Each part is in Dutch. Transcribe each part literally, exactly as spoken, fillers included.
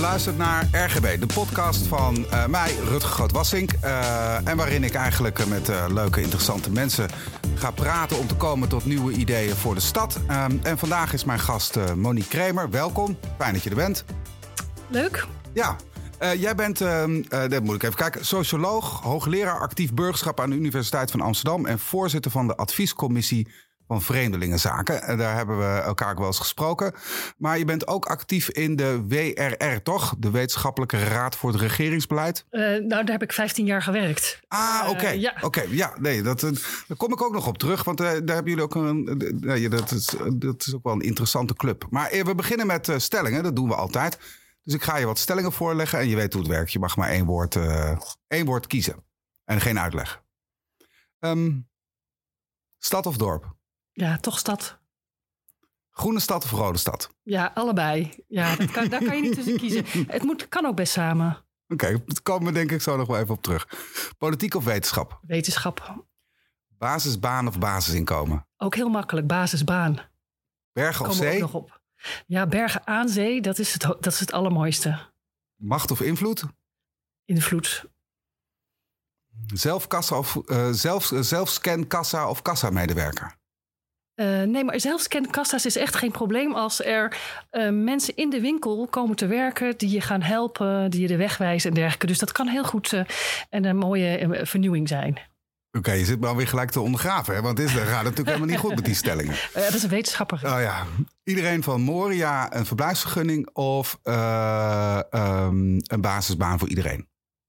luistert naar R G B, de podcast van uh, mij, Rutger Groot-Wassink. Uh, en waarin ik eigenlijk uh, met uh, leuke, interessante mensen ga praten om te komen tot nieuwe ideeën voor de stad. Uh, en vandaag is mijn gast uh, Monique Kremer. Welkom, fijn dat je er bent. Leuk. Ja, uh, jij bent, uh, uh, dat moet ik even kijken, socioloog, hoogleraar actief burgerschap aan de Universiteit van Amsterdam en voorzitter van de adviescommissie van Vreemdelingenzaken. Daar hebben we elkaar ook wel eens gesproken. Maar je bent ook actief in de W R R, toch? De Wetenschappelijke Raad voor het Regeringsbeleid. Uh, nou, daar heb ik vijftien jaar gewerkt. Ah, oké. Okay. Uh, ja. Okay, ja, nee, dat, daar kom ik ook nog op terug. Want uh, daar hebben jullie ook een... Uh, dat, is, dat is ook wel een interessante club. Maar uh, we beginnen met uh, stellingen. Dat doen we altijd. Dus ik ga je wat stellingen voorleggen. En je weet hoe het werkt. Je mag maar één woord, uh, één woord kiezen. En geen uitleg. Um, stad of dorp? Ja, toch stad. Groene stad of rode stad? Ja, allebei. Ja, dat kan, daar kan je niet tussen kiezen. Het moet, kan ook best samen. Oké, okay, daar komen we denk ik zo nog wel even op terug. Politiek of wetenschap? Wetenschap. Basisbaan of basisinkomen? Ook heel makkelijk, basisbaan. Bergen of zee? Ook nog op. Ja, bergen aan zee, dat is, het, dat is het allermooiste. Macht of invloed? Invloed. Zelfkassa of uh, zelf, uh, zelfscankassa of kassamedewerker? Uh, nee, maar zelfscankassa's is echt geen probleem als er uh, mensen in de winkel komen te werken die je gaan helpen, die je de weg wijzen en dergelijke. Dus dat kan heel goed uh, en een mooie uh, vernieuwing zijn. Oké, okay, je zit me alweer gelijk te ondergraven, hè? Want het is, gaat het natuurlijk helemaal niet goed met die stellingen. Uh, dat is een wetenschapper. Oh ja. Iedereen van Moria een verblijfsvergunning of uh, um, een basisbaan voor iedereen?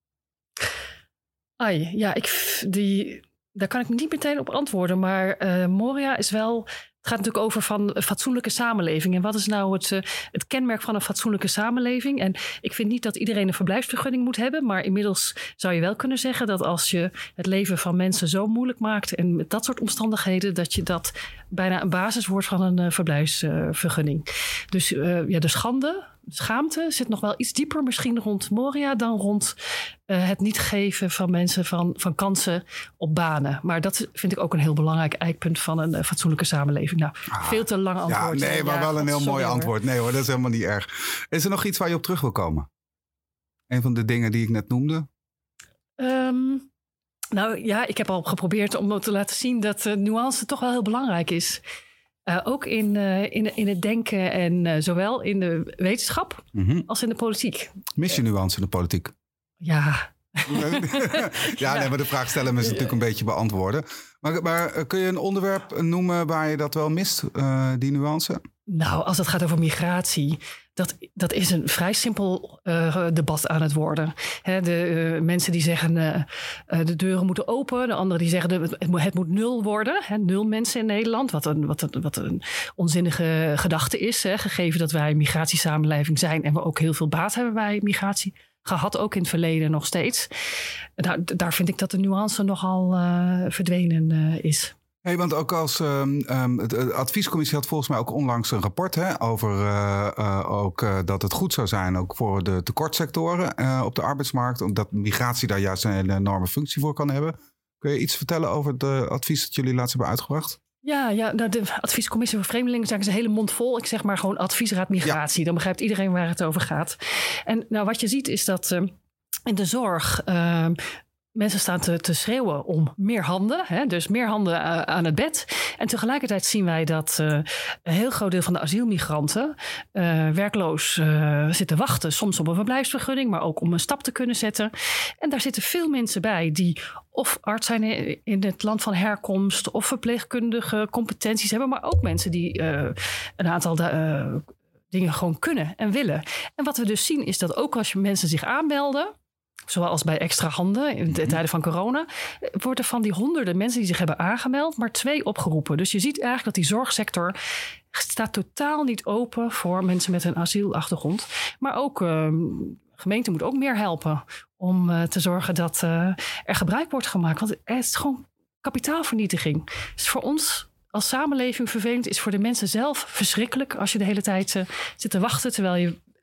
Ai, ja, ik, die, daar kan ik niet meteen op antwoorden. Maar uh, Moria is wel... Het gaat natuurlijk over van een fatsoenlijke samenleving. En wat is nou het, uh, het kenmerk van een fatsoenlijke samenleving? En ik vind niet dat iedereen een verblijfsvergunning moet hebben. Maar inmiddels zou je wel kunnen zeggen dat als je het leven van mensen zo moeilijk maakt en met dat soort omstandigheden, dat je dat bijna een basis wordt van een uh, verblijfsvergunning. Dus uh, ja, de schande, de schaamte zit nog wel iets dieper misschien rond Moria dan rond uh, het niet geven van mensen van, van kansen op banen. Maar dat vind ik ook een heel belangrijk eikpunt van een uh, fatsoenlijke samenleving. Nou, ah, veel te lang antwoord. Ja, nee, maar ja, wel een heel mooi hoor. antwoord. Nee hoor, dat is helemaal niet erg. Is er nog iets waar je op terug wil komen? Een van de dingen die ik net noemde? Um, nou ja, ik heb al geprobeerd om te laten zien dat uh, nuance toch wel heel belangrijk is. Uh, ook in, uh, in, in het denken en uh, zowel in de wetenschap mm-hmm. als in de politiek. Mis je nuance in de politiek? Ja. ja, nee, maar de vraag stellen is natuurlijk een beetje beantwoorden. Maar, maar kun je een onderwerp noemen waar je dat wel mist, uh, die nuance? Nou, als het gaat over migratie, dat, dat is een vrij simpel uh, debat aan het worden. He, de uh, mensen die zeggen uh, uh, de deuren moeten open. De anderen die zeggen de, het, moet, het moet nul worden. He, nul mensen in Nederland, wat een, wat een, wat een onzinnige gedachte is. He, gegeven dat wij een migratiesamenleving zijn en we ook heel veel baat hebben bij migratie. Gehad, ook in het verleden nog steeds. Daar, daar vind ik dat de nuance nogal uh, verdwenen uh, is. Hey, want ook als um, um, de adviescommissie had volgens mij ook onlangs een rapport hè, over uh, uh, ook, uh, dat het goed zou zijn ook voor de tekortsectoren uh, op de arbeidsmarkt. Omdat migratie daar juist een enorme functie voor kan hebben. Kun je iets vertellen over het advies dat jullie laatst hebben uitgebracht? Ja, ja, nou de adviescommissie voor Vreemdelingenzaken is een hele mond vol. Ik zeg maar gewoon adviesraad migratie. Ja. Dan begrijpt iedereen waar het over gaat. En nou, wat je ziet is dat uh, in de zorg Uh, mensen staan te, te schreeuwen om meer handen. Hè? Dus meer handen uh, aan het bed. En tegelijkertijd zien wij dat uh, een heel groot deel van de asielmigranten uh, werkloos uh, zitten wachten. Soms op een verblijfsvergunning, maar ook om een stap te kunnen zetten. En daar zitten veel mensen bij die of arts zijn in het land van herkomst, of verpleegkundige competenties hebben, maar ook mensen die uh, een aantal uh, dingen gewoon kunnen en willen. En wat we dus zien is dat ook als je mensen zich aanmelden, zoals bij extra handen in de mm-hmm. tijden van corona, worden van die honderden mensen die zich hebben aangemeld maar twee opgeroepen. Dus je ziet eigenlijk dat die zorgsector staat totaal niet open voor mensen met een asielachtergrond. Maar ook uh, gemeente moet ook meer helpen om uh, te zorgen dat uh, er gebruik wordt gemaakt. Want het is gewoon kapitaalvernietiging. Dus voor ons als samenleving vervelend, is voor de mensen zelf verschrikkelijk als je de hele tijd uh, zit te wachten terwijl je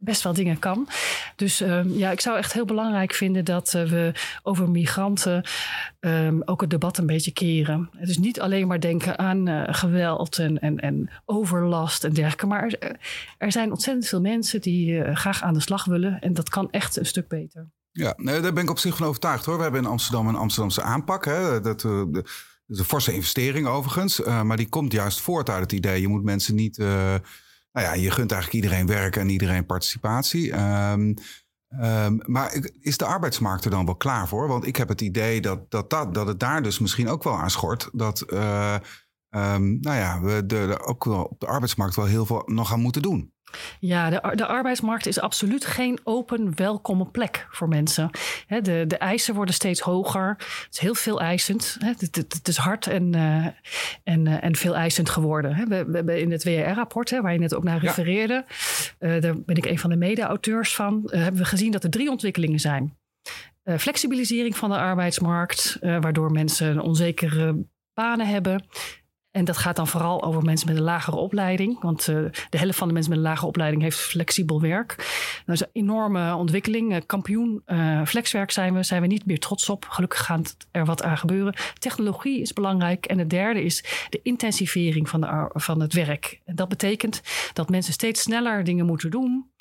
best wel dingen kan. Dus uh, ja, ik zou echt heel belangrijk vinden dat uh, we over migranten um, ook het debat een beetje keren. Dus niet alleen maar denken aan uh, geweld en, en, en overlast en dergelijke. Maar er, er zijn ontzettend veel mensen die uh, graag aan de slag willen. En dat kan echt een stuk beter. Ja, nee, daar ben ik op zich van overtuigd hoor. We hebben in Amsterdam een Amsterdamse aanpak. Hè. Dat, uh, de, dat is een forse investering overigens. Uh, maar die komt juist voort uit het idee. Je moet mensen niet... Uh, nou ja, je gunt eigenlijk iedereen werk en iedereen participatie. Um, um, maar is de arbeidsmarkt er dan wel klaar voor? Want ik heb het idee dat, dat, dat, dat het daar dus misschien ook wel aan schort. Dat uh, um, nou ja, we er ook wel op de arbeidsmarkt wel heel veel nog aan moeten doen. Ja, de, de arbeidsmarkt is absoluut geen open, welkome plek voor mensen. He, de, de eisen worden steeds hoger. Het is heel veel eisend. He, het, het, het is hard en, uh, en, uh, en veel eisend geworden. He, we, we hebben in het W R R-rapport, waar je net ook naar refereerde... Ja. Uh, daar ben ik een van de mede-auteurs van... Uh, hebben we gezien dat er drie ontwikkelingen zijn. Uh, flexibilisering van de arbeidsmarkt... Uh, waardoor mensen onzekere banen hebben... En dat gaat dan vooral over mensen met een lagere opleiding. Want uh, de helft van de mensen met een lagere opleiding heeft flexibel werk. Dat is een enorme ontwikkeling. Uh, kampioen uh, flexwerk zijn we, zijn we niet meer trots op. Gelukkig gaat er wat aan gebeuren. Technologie is belangrijk. En het derde is de intensivering van, de, van het werk. En dat betekent dat mensen steeds sneller dingen moeten doen.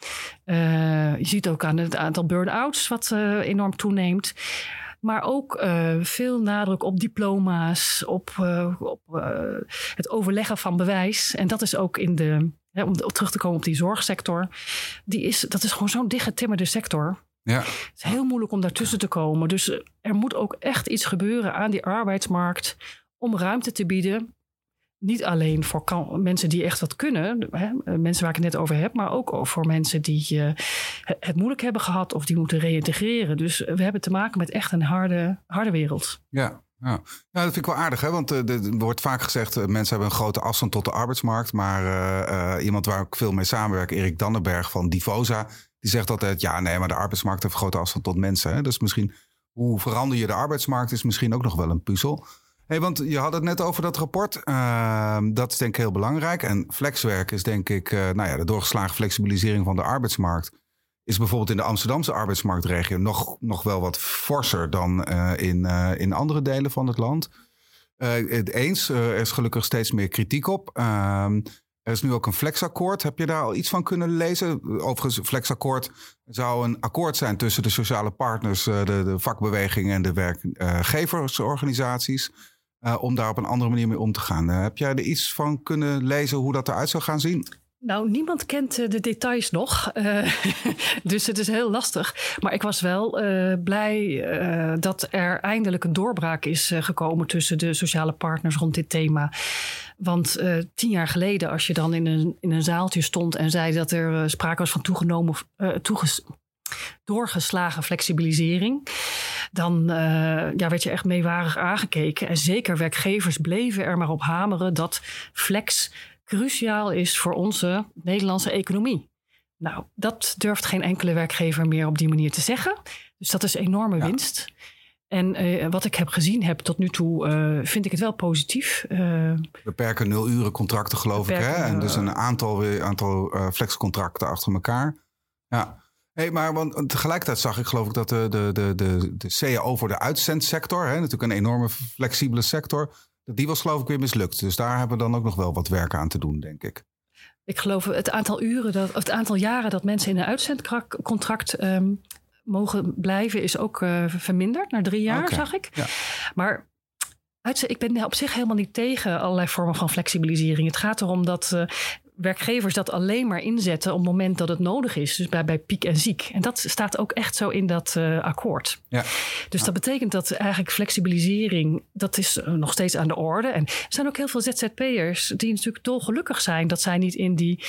Uh, je ziet ook aan het aantal burn-outs wat uh, enorm toeneemt. Maar ook uh, veel nadruk op diploma's, op, uh, op uh, het overleggen van bewijs. En dat is ook in de, hè, om terug te komen op die zorgsector. Die is, dat is gewoon zo'n dichtgetimmerde sector. Ja. Het is heel moeilijk om daartussen te komen. Dus er moet ook echt iets gebeuren aan die arbeidsmarkt om ruimte te bieden. Niet alleen voor kan- mensen die echt wat kunnen, hè, mensen waar ik het net over heb, maar ook voor mensen die uh, het moeilijk hebben gehad of die moeten reïntegreren. Dus we hebben te maken met echt een harde, harde wereld. Ja, ja. ja, dat vind ik wel aardig. Hè? Want uh, er wordt vaak gezegd, uh, mensen hebben een grote afstand tot de arbeidsmarkt. Maar uh, uh, iemand waar ik veel mee samenwerk, Erik Dannenberg van Divosa, die zegt altijd, ja nee, maar de arbeidsmarkt heeft een grote afstand tot mensen. Hè? Dus misschien, hoe verander je de arbeidsmarkt is misschien ook nog wel een puzzel. Hey, want je had het net over dat rapport. Uh, dat is denk ik heel belangrijk. En flexwerk is denk ik... Uh, nou ja, de doorgeslagen flexibilisering van de arbeidsmarkt... is bijvoorbeeld in de Amsterdamse arbeidsmarktregio... nog, nog wel wat forser dan uh, in, uh, in andere delen van het land. Uh, het eens, uh, er is gelukkig steeds meer kritiek op. Uh, er is nu ook een flexakkoord. Heb je daar al iets van kunnen lezen? Overigens, een flexakkoord zou een akkoord zijn... tussen de sociale partners, uh, de, de vakbeweging en de werkgeversorganisaties... Uh, om daar op een andere manier mee om te gaan. Uh, heb jij er iets van kunnen lezen hoe dat eruit zou gaan zien? Nou, niemand kent uh, de details nog. Uh, dus het is heel lastig. Maar ik was wel uh, blij uh, dat er eindelijk een doorbraak is uh, gekomen... tussen de sociale partners rond dit thema. Want uh, tien jaar geleden, als je dan in een, in een zaaltje stond... en zei dat er uh, sprake was van toegenomen... Uh, toeges- doorgeslagen flexibilisering... dan uh, ja, werd je echt meewarig aangekeken. En zeker werkgevers bleven er maar op hameren... dat flex cruciaal is voor onze Nederlandse economie. Nou, dat durft geen enkele werkgever meer op die manier te zeggen. Dus dat is enorme ja. winst. En uh, wat ik heb gezien heb tot nu toe, uh, vind ik het wel positief. Uh, beperken nul uren contracten geloof ik. Hè? En dus een aantal, aantal uh, flexcontracten achter elkaar. Ja. Hey, maar want tegelijkertijd zag ik geloof ik dat de, de, de, de, de C A O voor de uitzendsector... Hè, natuurlijk een enorme flexibele sector... die was geloof ik weer mislukt. Dus daar hebben we dan ook nog wel wat werk aan te doen, denk ik. Ik geloof het aantal uren, dat, of het aantal jaren dat mensen in een uitzendcontract um, mogen blijven... is ook uh, verminderd naar drie jaar, okay. zag ik. Ja. Maar ik ben op zich helemaal niet tegen allerlei vormen van flexibilisering. Het gaat erom dat... Uh, werkgevers dat alleen maar inzetten op het moment dat het nodig is. Dus bij, bij piek en ziek. En dat staat ook echt zo in dat uh, akkoord. Ja. Dus ja. dat betekent dat eigenlijk flexibilisering... dat is uh, nog steeds aan de orde. En er zijn ook heel veel Z Z P'ers die natuurlijk dolgelukkig zijn... dat zij niet in die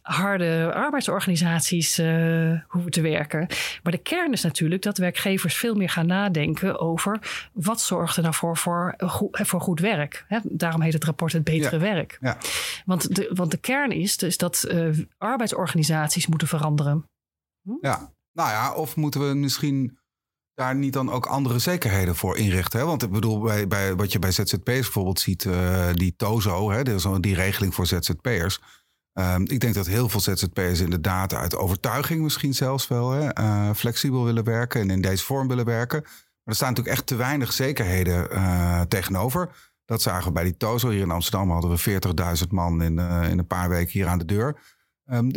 harde arbeidsorganisaties uh, hoeven te werken. Maar de kern is natuurlijk dat werkgevers veel meer gaan nadenken... over wat zorgt er nou voor, voor, voor goed werk. Hè? Daarom heet het rapport het betere ja. werk. Ja. Want, de, want de kern is... is dus dat uh, arbeidsorganisaties moeten veranderen. Hm? Ja, nou ja, of moeten we misschien daar niet dan ook andere zekerheden voor inrichten? Hè? Want ik bedoel, bij, bij, wat je bij Z Z P'ers bijvoorbeeld ziet, uh, die TOZO, hè, die regeling voor Z Z P'ers. Um, ik denk dat heel veel Z Z P'ers inderdaad uit overtuiging misschien zelfs wel hè, uh, flexibel willen werken en in deze vorm willen werken. Maar er staan natuurlijk echt te weinig zekerheden uh, tegenover. Dat zagen we bij die Tozo. Hier in Amsterdam hadden we veertigduizend man in, uh, in een paar weken hier aan de deur. Um,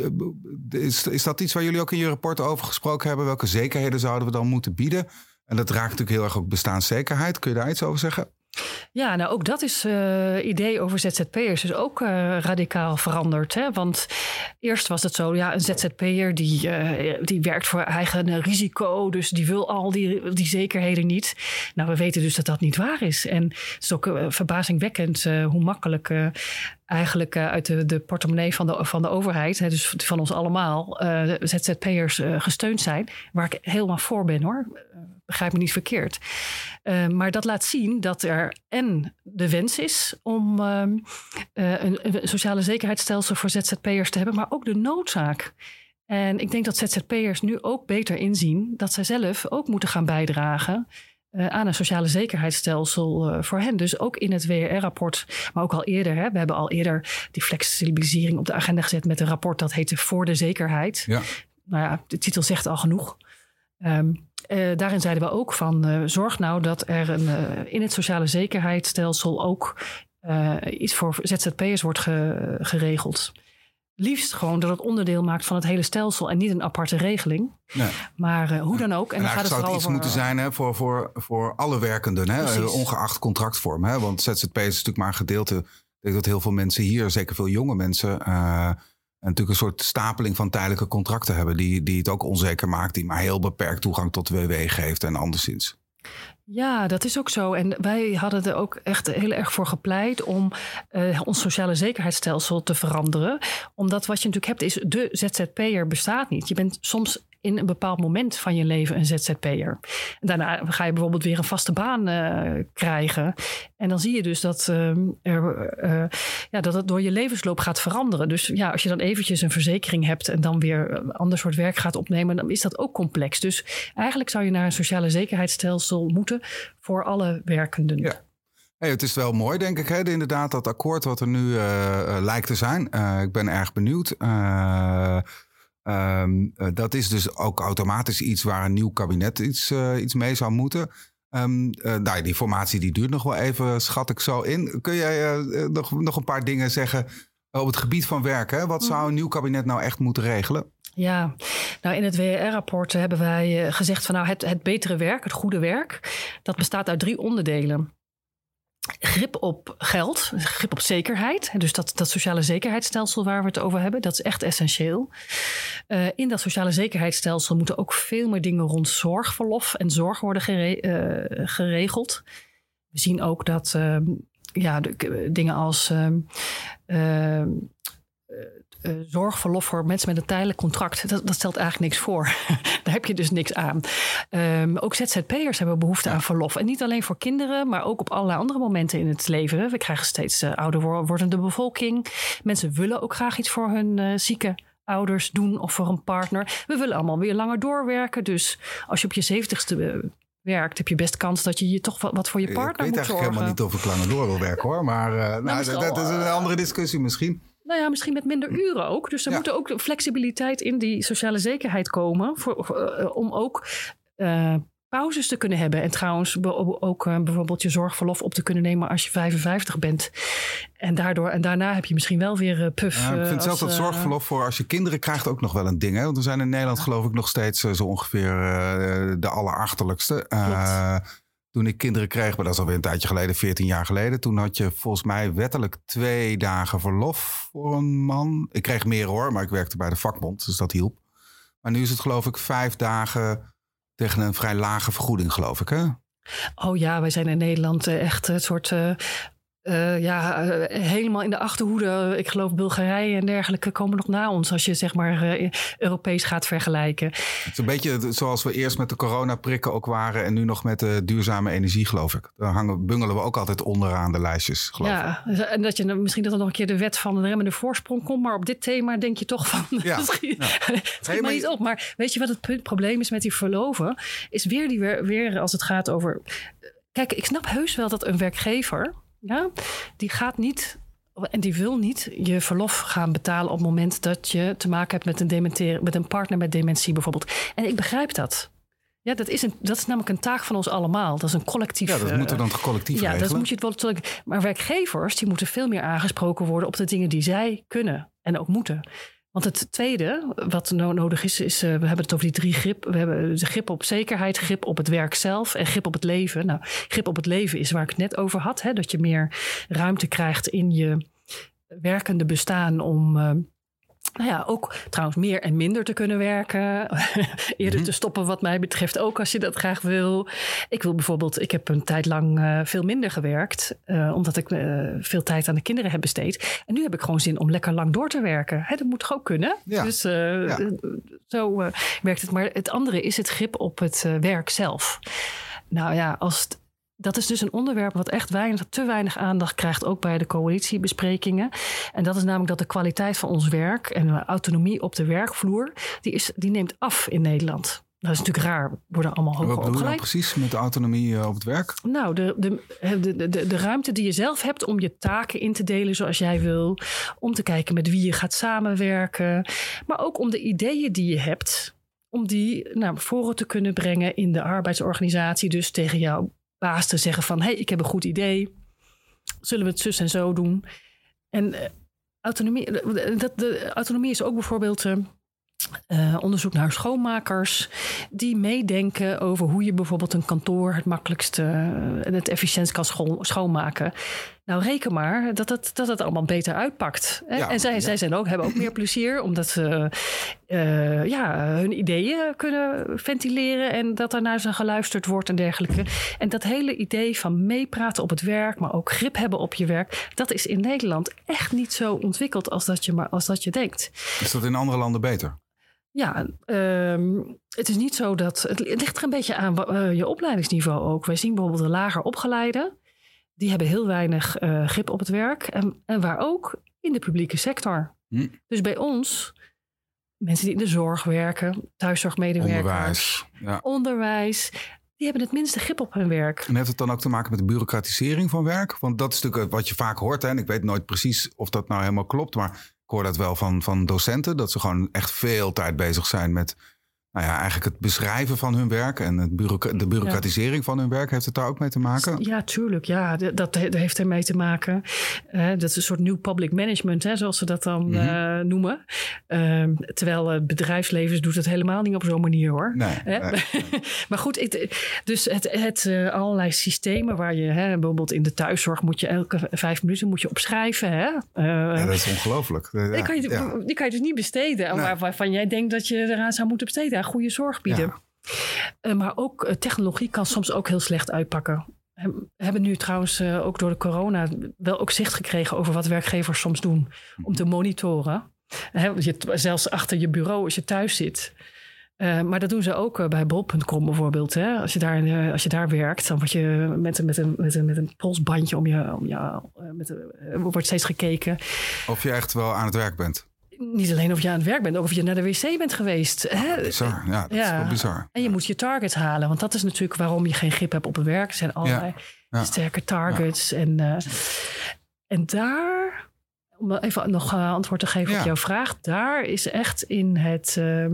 is, is dat iets waar jullie ook in je rapport over gesproken hebben? Welke zekerheden zouden we dan moeten bieden? En dat raakt natuurlijk heel erg ook bestaanszekerheid. Kun je daar iets over zeggen? Ja, nou ook dat is uh, idee over Z Z P'ers is ook uh, radicaal veranderd. Hè? Want eerst was het zo, ja, een Z Z P'er die, uh, die werkt voor eigen risico. Dus die wil al die, die zekerheden niet. Nou, we weten dus dat dat niet waar is. En het is ook uh, verbazingwekkend uh, hoe makkelijk uh, eigenlijk uh, uit de, de portemonnee van de, van de overheid, hè, dus van ons allemaal, uh, Z Z P'ers uh, gesteund zijn. Waar ik helemaal voor ben hoor. Uh, begrijp me niet verkeerd. Uh, maar dat laat zien dat er en de wens is om uh, uh, een, een sociale zekerheidsstelsel voor Z Z P'ers te hebben, maar ook de noodzaak. En ik denk dat Z Z P'ers nu ook beter inzien dat zij zelf ook moeten gaan bijdragen uh, aan een sociale zekerheidsstelsel uh, voor hen. Dus ook in het W R R-rapport, maar ook al eerder. Hè, we hebben al eerder die flexibilisering op de agenda gezet met een rapport dat heette Voor de Zekerheid. Ja. Nou ja, de titel zegt al genoeg. Um, Uh, daarin zeiden we ook van uh, zorg nou dat er een, uh, in het sociale zekerheidsstelsel ook uh, iets voor Z Z P'ers wordt ge, geregeld. Liefst gewoon dat het onderdeel maakt van het hele stelsel en niet een aparte regeling. Nee. Maar uh, hoe dan ook. En, en dan gaat het zou het iets over, moeten zijn hè, voor, voor, voor alle werkenden, hè, ongeacht contractvorm. Hè, want Z Z P is natuurlijk maar een gedeelte. Ik denk dat heel veel mensen hier, zeker veel jonge mensen, Uh, En natuurlijk een soort stapeling van tijdelijke contracten hebben Die, die het ook onzeker maakt. Die maar heel beperkt toegang tot de W W geeft en anderszins. Ja, dat is ook zo. En wij hadden er ook echt heel erg voor gepleit om uh, ons sociale zekerheidsstelsel te veranderen. Omdat wat je natuurlijk hebt is de Z Z P'er bestaat niet. Je bent soms in een bepaald moment van je leven een Z Z P'er. Daarna ga je bijvoorbeeld weer een vaste baan uh, krijgen. En dan zie je dus dat, uh, er, uh, ja, dat het door je levensloop gaat veranderen. Dus ja, als je dan eventjes een verzekering hebt en dan weer een ander soort werk gaat opnemen, dan is dat ook complex. Dus eigenlijk zou je naar een sociale zekerheidsstelsel moeten voor alle werkenden. Ja. Hey, het is wel mooi, denk ik, hè? Inderdaad, dat akkoord wat er nu uh, uh, lijkt te zijn. Uh, ik ben erg benieuwd. Uh, um, uh, dat is dus ook automatisch iets waar een nieuw kabinet iets, uh, iets mee zou moeten. Um, uh, nou, die formatie die duurt nog wel even, schat ik zo in. Kun jij uh, nog, nog een paar dingen zeggen op het gebied van werk? Hè? Wat zou een nieuw kabinet nou echt moeten regelen? Ja, nou in het W R R-rapport hebben wij gezegd van nou het, het betere werk, het goede werk, dat bestaat uit drie onderdelen. Grip op geld, grip op zekerheid. Dus dat, dat sociale zekerheidsstelsel waar we het over hebben, dat is echt essentieel. Uh, in dat sociale zekerheidsstelsel moeten ook veel meer dingen rond zorgverlof en zorg worden gere, uh, geregeld. We zien ook dat uh, ja, de, dingen als Uh, uh, Uh, zorgverlof voor mensen met een tijdelijk contract. Dat, dat stelt eigenlijk niks voor. Daar heb je dus niks aan. Um, ook Z Z P'ers hebben behoefte aan verlof. En niet alleen voor kinderen, maar ook op allerlei andere momenten in het leven. We krijgen steeds uh, ouder wordende bevolking. Mensen willen ook graag iets voor hun uh, zieke ouders doen of voor een partner. We willen allemaal weer langer doorwerken. Dus als je op je zeventigste uh, werkt, heb je best kans dat je je toch wat, wat voor je partner moet zorgen. Ik weet eigenlijk helemaal niet of ik langer door wil werken hoor. Maar uh, nou, nou, dat, dat is een andere discussie misschien. Nou ja, misschien met minder uren ook. Dus er ja. moet ook flexibiliteit in die sociale zekerheid komen. Voor, voor, uh, om ook uh, pauzes te kunnen hebben. En trouwens ook uh, bijvoorbeeld je zorgverlof op te kunnen nemen als je vijfenvijftig bent. En, daardoor, en daarna heb je misschien wel weer uh, puff. Ja, ik vind als, zelfs dat zorgverlof voor als je kinderen krijgt ook nog wel een ding. Hè? Want we zijn in Nederland ja. geloof ik nog steeds uh, zo ongeveer uh, de allerachterlijkste. Uh, Toen ik kinderen kreeg, maar dat is alweer een tijdje geleden, veertien jaar geleden. Toen had je volgens mij wettelijk twee dagen verlof voor een man. Ik kreeg meer hoor, maar ik werkte bij de vakbond, dus dat hielp. Maar nu is het geloof ik vijf dagen tegen een vrij lage vergoeding, geloof ik, hè? Oh ja, wij zijn in Nederland echt een soort Uh... Uh, ja, uh, helemaal in de achterhoede. Ik geloof Bulgarije en dergelijke komen nog na ons als je zeg maar uh, Europees gaat vergelijken. Het is een beetje zoals we eerst met de coronaprikken ook waren en nu nog met de duurzame energie, geloof ik. Daar hangen, bungelen we ook altijd onderaan de lijstjes, geloof ja, ik. Ja, en dat je misschien dat er nog een keer de wet van de remmende voorsprong komt, maar op dit thema denk je toch van, ja, misschien, ja. het schiet hey, maar niet op. Maar weet je wat het punt, probleem is met die verloven? Is weer, die, weer, weer als het gaat over. Kijk, ik snap heus wel dat een werkgever, ja, die gaat niet En die wil niet je verlof gaan betalen op het moment dat je te maken hebt met een, dementeer, met een partner met dementie bijvoorbeeld. En ik begrijp dat. Ja, dat is, een, dat is namelijk een taak van ons allemaal. Dat is een collectief... Ja, dat uh, moeten we dan toch collectief ja, regelen? Dat moet je het wel. Maar werkgevers die moeten veel meer aangesproken worden op de dingen die zij kunnen en ook moeten. Want het tweede wat no- nodig is, is uh, we hebben het over die drie grip. We hebben de grip op zekerheid, grip op het werk zelf en grip op het leven. Nou, grip op het leven is waar ik het net over had. Hè, dat je meer ruimte krijgt in je werkende bestaan om... Uh, Nou ja, ook trouwens meer en minder te kunnen werken. Eerder mm-hmm. te stoppen wat mij betreft ook als je dat graag wil. Ik wil bijvoorbeeld, ik heb een tijd lang uh, veel minder gewerkt. Uh, omdat ik uh, veel tijd aan de kinderen heb besteed. En nu heb ik gewoon zin om lekker lang door te werken. Hè, dat moet toch ook kunnen? Ja. Dus uh, ja. zo uh, werkt het. Maar het andere is het grip op het uh, werk zelf. Nou ja, als het... Dat is dus een onderwerp wat echt weinig, te weinig aandacht krijgt, ook bij de coalitiebesprekingen. En dat is namelijk dat de kwaliteit van ons werk en de autonomie op de werkvloer, die, is, die neemt af in Nederland. Dat is natuurlijk raar, we worden allemaal hoger opgeleid. Wat bedoel je nou precies met de autonomie op het werk? Nou, de, de, de, de, de ruimte die je zelf hebt om je taken in te delen zoals jij wil. Om te kijken met wie je gaat samenwerken. Maar ook om de ideeën die je hebt, om die naar voren te kunnen brengen in de arbeidsorganisatie. Dus tegen jou baas te zeggen van, hé, hey, ik heb een goed idee. Zullen we het zus en zo doen? En uh, autonomie, dat, de autonomie is ook bijvoorbeeld uh, uh, onderzoek naar schoonmakers die meedenken over hoe je bijvoorbeeld een kantoor het makkelijkst en uh, het efficiënt kan scho- schoonmaken. Nou, reken maar dat het, dat het allemaal beter uitpakt. Ja, en zij, ja. zij zijn ook, hebben ook meer plezier omdat ze uh, ja, hun ideeën kunnen ventileren en dat er naar ze geluisterd wordt en dergelijke. En dat hele idee van meepraten op het werk, maar ook grip hebben op je werk, dat is in Nederland echt niet zo ontwikkeld als dat je, maar, als dat je denkt. Is dat in andere landen beter? Ja, um, het is niet zo dat... Het ligt er een beetje aan uh, je opleidingsniveau ook. Wij zien bijvoorbeeld de lager opgeleiden. Die hebben heel weinig uh, grip op het werk. En, en waar ook in de publieke sector. Hm. Dus bij ons, mensen die in de zorg werken, thuiszorgmedewerkers, onderwijs, ja. onderwijs, die hebben het minste grip op hun werk. En heeft het dan ook te maken met de bureaucratisering van werk? Want dat is natuurlijk wat je vaak hoort. Hè? En ik weet nooit precies of dat nou helemaal klopt, maar ik hoor dat wel van, van docenten, dat ze gewoon echt veel tijd bezig zijn met, nou ja, eigenlijk het beschrijven van hun werk en het bureaucra- de bureaucratisering ja. van hun werk. Heeft het daar ook mee te maken? Ja, tuurlijk. Ja, dat, dat heeft ermee te maken. Uh, dat is een soort nieuw public management, hè, zoals ze dat dan mm-hmm. uh, noemen. Uh, terwijl het bedrijfsleven doet het helemaal niet op zo'n manier, hoor. Nee, nee, nee. Maar goed, het, dus het, het uh, allerlei systemen waar je, hè, bijvoorbeeld in de thuiszorg moet je elke vijf minuten moet je opschrijven. Hè? Uh, ja, dat is ongelooflijk. Ja, die, kan je, ja. die kan je dus niet besteden. Nee. Waar, waarvan jij denkt dat je eraan zou moeten besteden. Goede zorg bieden. Ja. Uh, maar ook uh, technologie kan soms ook heel slecht uitpakken. We hebben nu trouwens uh, ook door de corona wel ook zicht gekregen over wat werkgevers soms doen om te monitoren. He, je, zelfs achter je bureau als je thuis zit. Uh, maar dat doen ze ook uh, bij bol punt com bijvoorbeeld. Hè? Als, je daar, uh, als je daar werkt, dan word je met, met, een, met, een, met een polsbandje om je... Om je uh, met, uh, wordt steeds gekeken. Of je echt wel aan het werk bent. Niet alleen of je aan het werk bent, ook of je naar de wc bent geweest. Hè? Bizar, ja, dat ja. is wel bizar. En je moet je targets halen, want dat is natuurlijk waarom je geen grip hebt op het werk. Er zijn allerlei ja. Ja. sterke targets. Ja. En, uh, en daar, om even nog uh, antwoord te geven ja. op jouw vraag, daar is echt in het... Uh,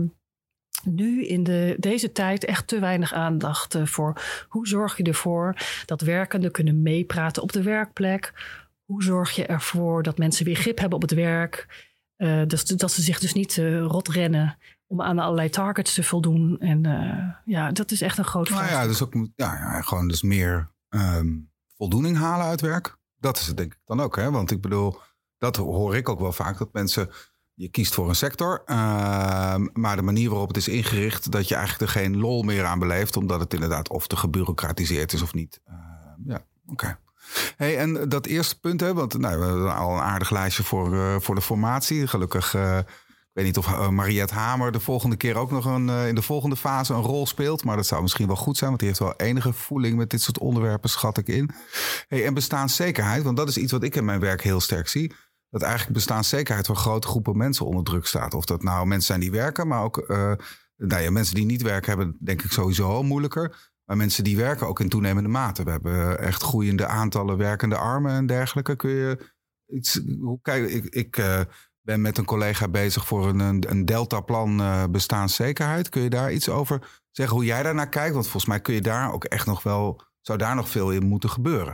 nu in de, deze tijd echt te weinig aandacht uh, voor. Hoe zorg je ervoor dat werkenden kunnen meepraten op de werkplek? Hoe zorg je ervoor dat mensen weer grip hebben op het werk? Uh, dat, dat ze zich dus niet uh, rot rennen om aan allerlei targets te voldoen. En uh, ja, dat is echt een groot vraag. Nou ja, dus ook ja, ja, gewoon dus meer um, voldoening halen uit werk. Dat is het denk ik dan ook. Hè? Want ik bedoel, dat hoor ik ook wel vaak. Dat mensen, je kiest voor een sector. Uh, maar de manier waarop het is ingericht, dat je eigenlijk er geen lol meer aan beleeft. Omdat het inderdaad of te gebureaucratiseerd is of niet. Uh, ja, oké. Okay. Hey, en dat eerste punt, hè, want nou, we hebben al een aardig lijstje voor, uh, voor de formatie. Gelukkig, uh, ik weet niet of uh, Mariette Hamer de volgende keer ook nog een, uh, in de volgende fase een rol speelt. Maar dat zou misschien wel goed zijn, want die heeft wel enige voeling met dit soort onderwerpen, schat ik in. Hey, en bestaanszekerheid, want dat is iets wat ik in mijn werk heel sterk zie. Dat eigenlijk bestaanszekerheid voor grote groepen mensen onder druk staat. Of dat nou mensen zijn die werken, maar ook uh, nou ja, mensen die niet werken hebben denk ik sowieso al moeilijker. Maar mensen die werken ook in toenemende mate. We hebben echt groeiende aantallen werkende armen en dergelijke. Kun je iets, hoe kijk, ik, ik uh, ben met een collega bezig voor een, een, een deltaplan uh, bestaanszekerheid. Kun je daar iets over zeggen hoe jij daarnaar kijkt? Want volgens mij kun je daar ook echt nog wel, zou daar nog veel in moeten gebeuren.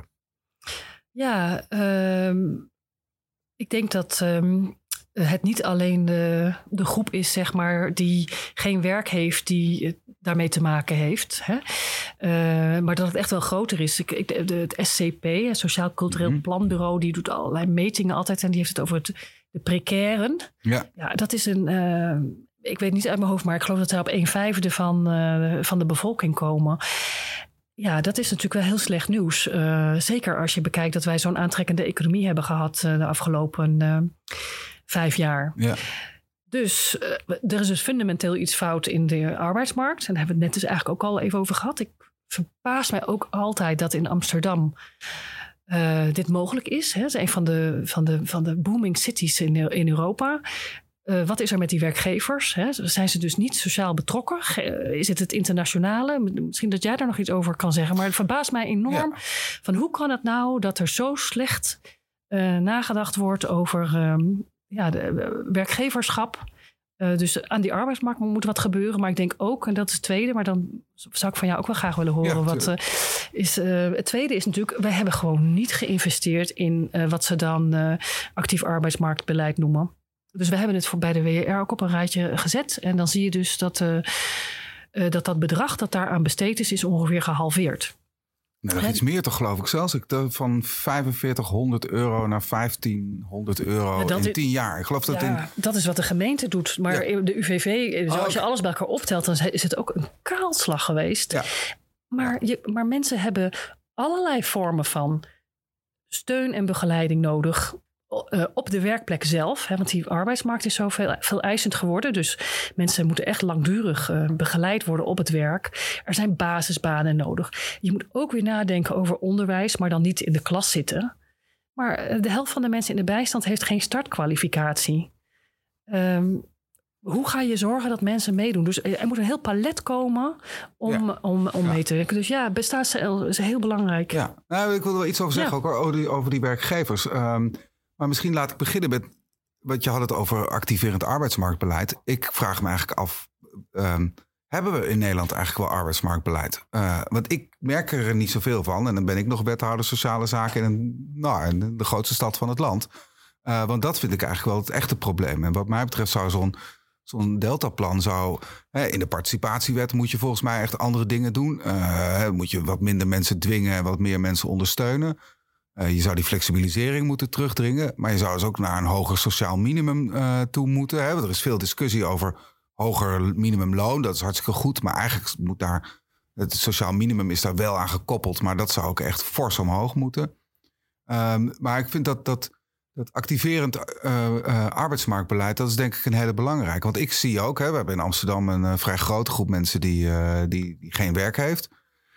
Ja, um, ik denk dat um, het niet alleen de, de groep is, zeg maar, die geen werk heeft, die daarmee te maken heeft. Hè? Uh, maar dat het echt wel groter is. Ik, ik, de, het S C P, het Sociaal Cultureel mm-hmm. Planbureau, die doet allerlei metingen altijd en die heeft het over het, de precairen. Ja. Ja, dat is een, uh, ik weet niet uit mijn hoofd, maar ik geloof dat zij op een vijfde van, uh, van de bevolking komen. Ja, dat is natuurlijk wel heel slecht nieuws. Uh, zeker als je bekijkt dat wij zo'n aantrekkende economie hebben gehad uh, de afgelopen uh, vijf jaar. Ja. Dus uh, er is dus fundamenteel iets fout in de arbeidsmarkt. En daar hebben we het net dus eigenlijk ook al even over gehad. Ik verbaas mij ook altijd dat in Amsterdam uh, dit mogelijk is. Hè. Het is een van de, van de, van de booming cities in, in Europa. Uh, wat is er met die werkgevers? Hè? Zijn ze dus niet sociaal betrokken? Ge- is het het internationale? Misschien dat jij daar nog iets over kan zeggen. Maar het verbaast mij enorm. Ja. Van hoe kan het nou dat er zo slecht uh, nagedacht wordt over um, ja, de, uh, werkgeverschap? Uh, dus aan die arbeidsmarkt moet wat gebeuren. Maar ik denk ook, en dat is het tweede, maar dan zou ik van jou ook wel graag willen horen. Ja, wat, uh, is, uh, het tweede is natuurlijk, wij hebben gewoon niet geïnvesteerd in uh, wat ze dan uh, actief arbeidsmarktbeleid noemen. Dus we hebben het voor bij de W E R ook op een rijtje gezet. En dan zie je dus dat uh, uh, dat, dat bedrag dat daaraan besteed is, is ongeveer gehalveerd. Nee, nog iets meer toch, geloof ik zelfs. Ik van vijfenveertighonderd euro naar vijftienhonderd euro in is, tien jaar. Ik geloof dat ja, in... dat is wat de gemeente doet. Maar ja. de U V V, dus oh, als je alles bij elkaar optelt, dan is het ook een kaalslag geweest. Ja. Maar, je, maar mensen hebben allerlei vormen van steun en begeleiding nodig. Uh, op de werkplek zelf. Hè, want die arbeidsmarkt is zo veel, veel eisend geworden. Dus mensen moeten echt langdurig uh, begeleid worden op het werk. Er zijn basisbanen nodig. Je moet ook weer nadenken over onderwijs, maar dan niet in de klas zitten. Maar uh, de helft van de mensen in de bijstand heeft geen startkwalificatie. Um, hoe ga je zorgen dat mensen meedoen? Dus er moet een heel palet komen om, ja. om, om ja. mee te werken. Dus ja, bestaanscel is heel belangrijk. Ja, nou, ik wil er wel iets over zeggen, ja. ook over die, over die werkgevers. Um, Maar misschien laat ik beginnen met, want je had het over activerend arbeidsmarktbeleid. Ik vraag me eigenlijk af, um, hebben we in Nederland eigenlijk wel arbeidsmarktbeleid? Uh, want ik merk er niet zoveel van. En dan ben ik nog wethouder sociale zaken in, een, nou, in de grootste stad van het land. Uh, want dat vind ik eigenlijk wel het echte probleem. En wat mij betreft zou zo'n, zo'n deltaplan zou... Hè, in de participatiewet moet je volgens mij echt andere dingen doen. Uh, moet je wat minder mensen dwingen en wat meer mensen ondersteunen. Uh, je zou die flexibilisering moeten terugdringen. Maar je zou dus ook naar een hoger sociaal minimum uh, toe moeten. Hè? Want er is veel discussie over hoger minimumloon. Dat is hartstikke goed. Maar eigenlijk moet daar... Het sociaal minimum is daar wel aan gekoppeld. Maar dat zou ook echt fors omhoog moeten. Um, maar ik vind dat, dat, dat activerend uh, uh, arbeidsmarktbeleid... dat is denk ik een hele belangrijke. Want ik zie ook... Hè, we hebben in Amsterdam een uh, vrij grote groep mensen... die, uh, die, die geen werk heeft.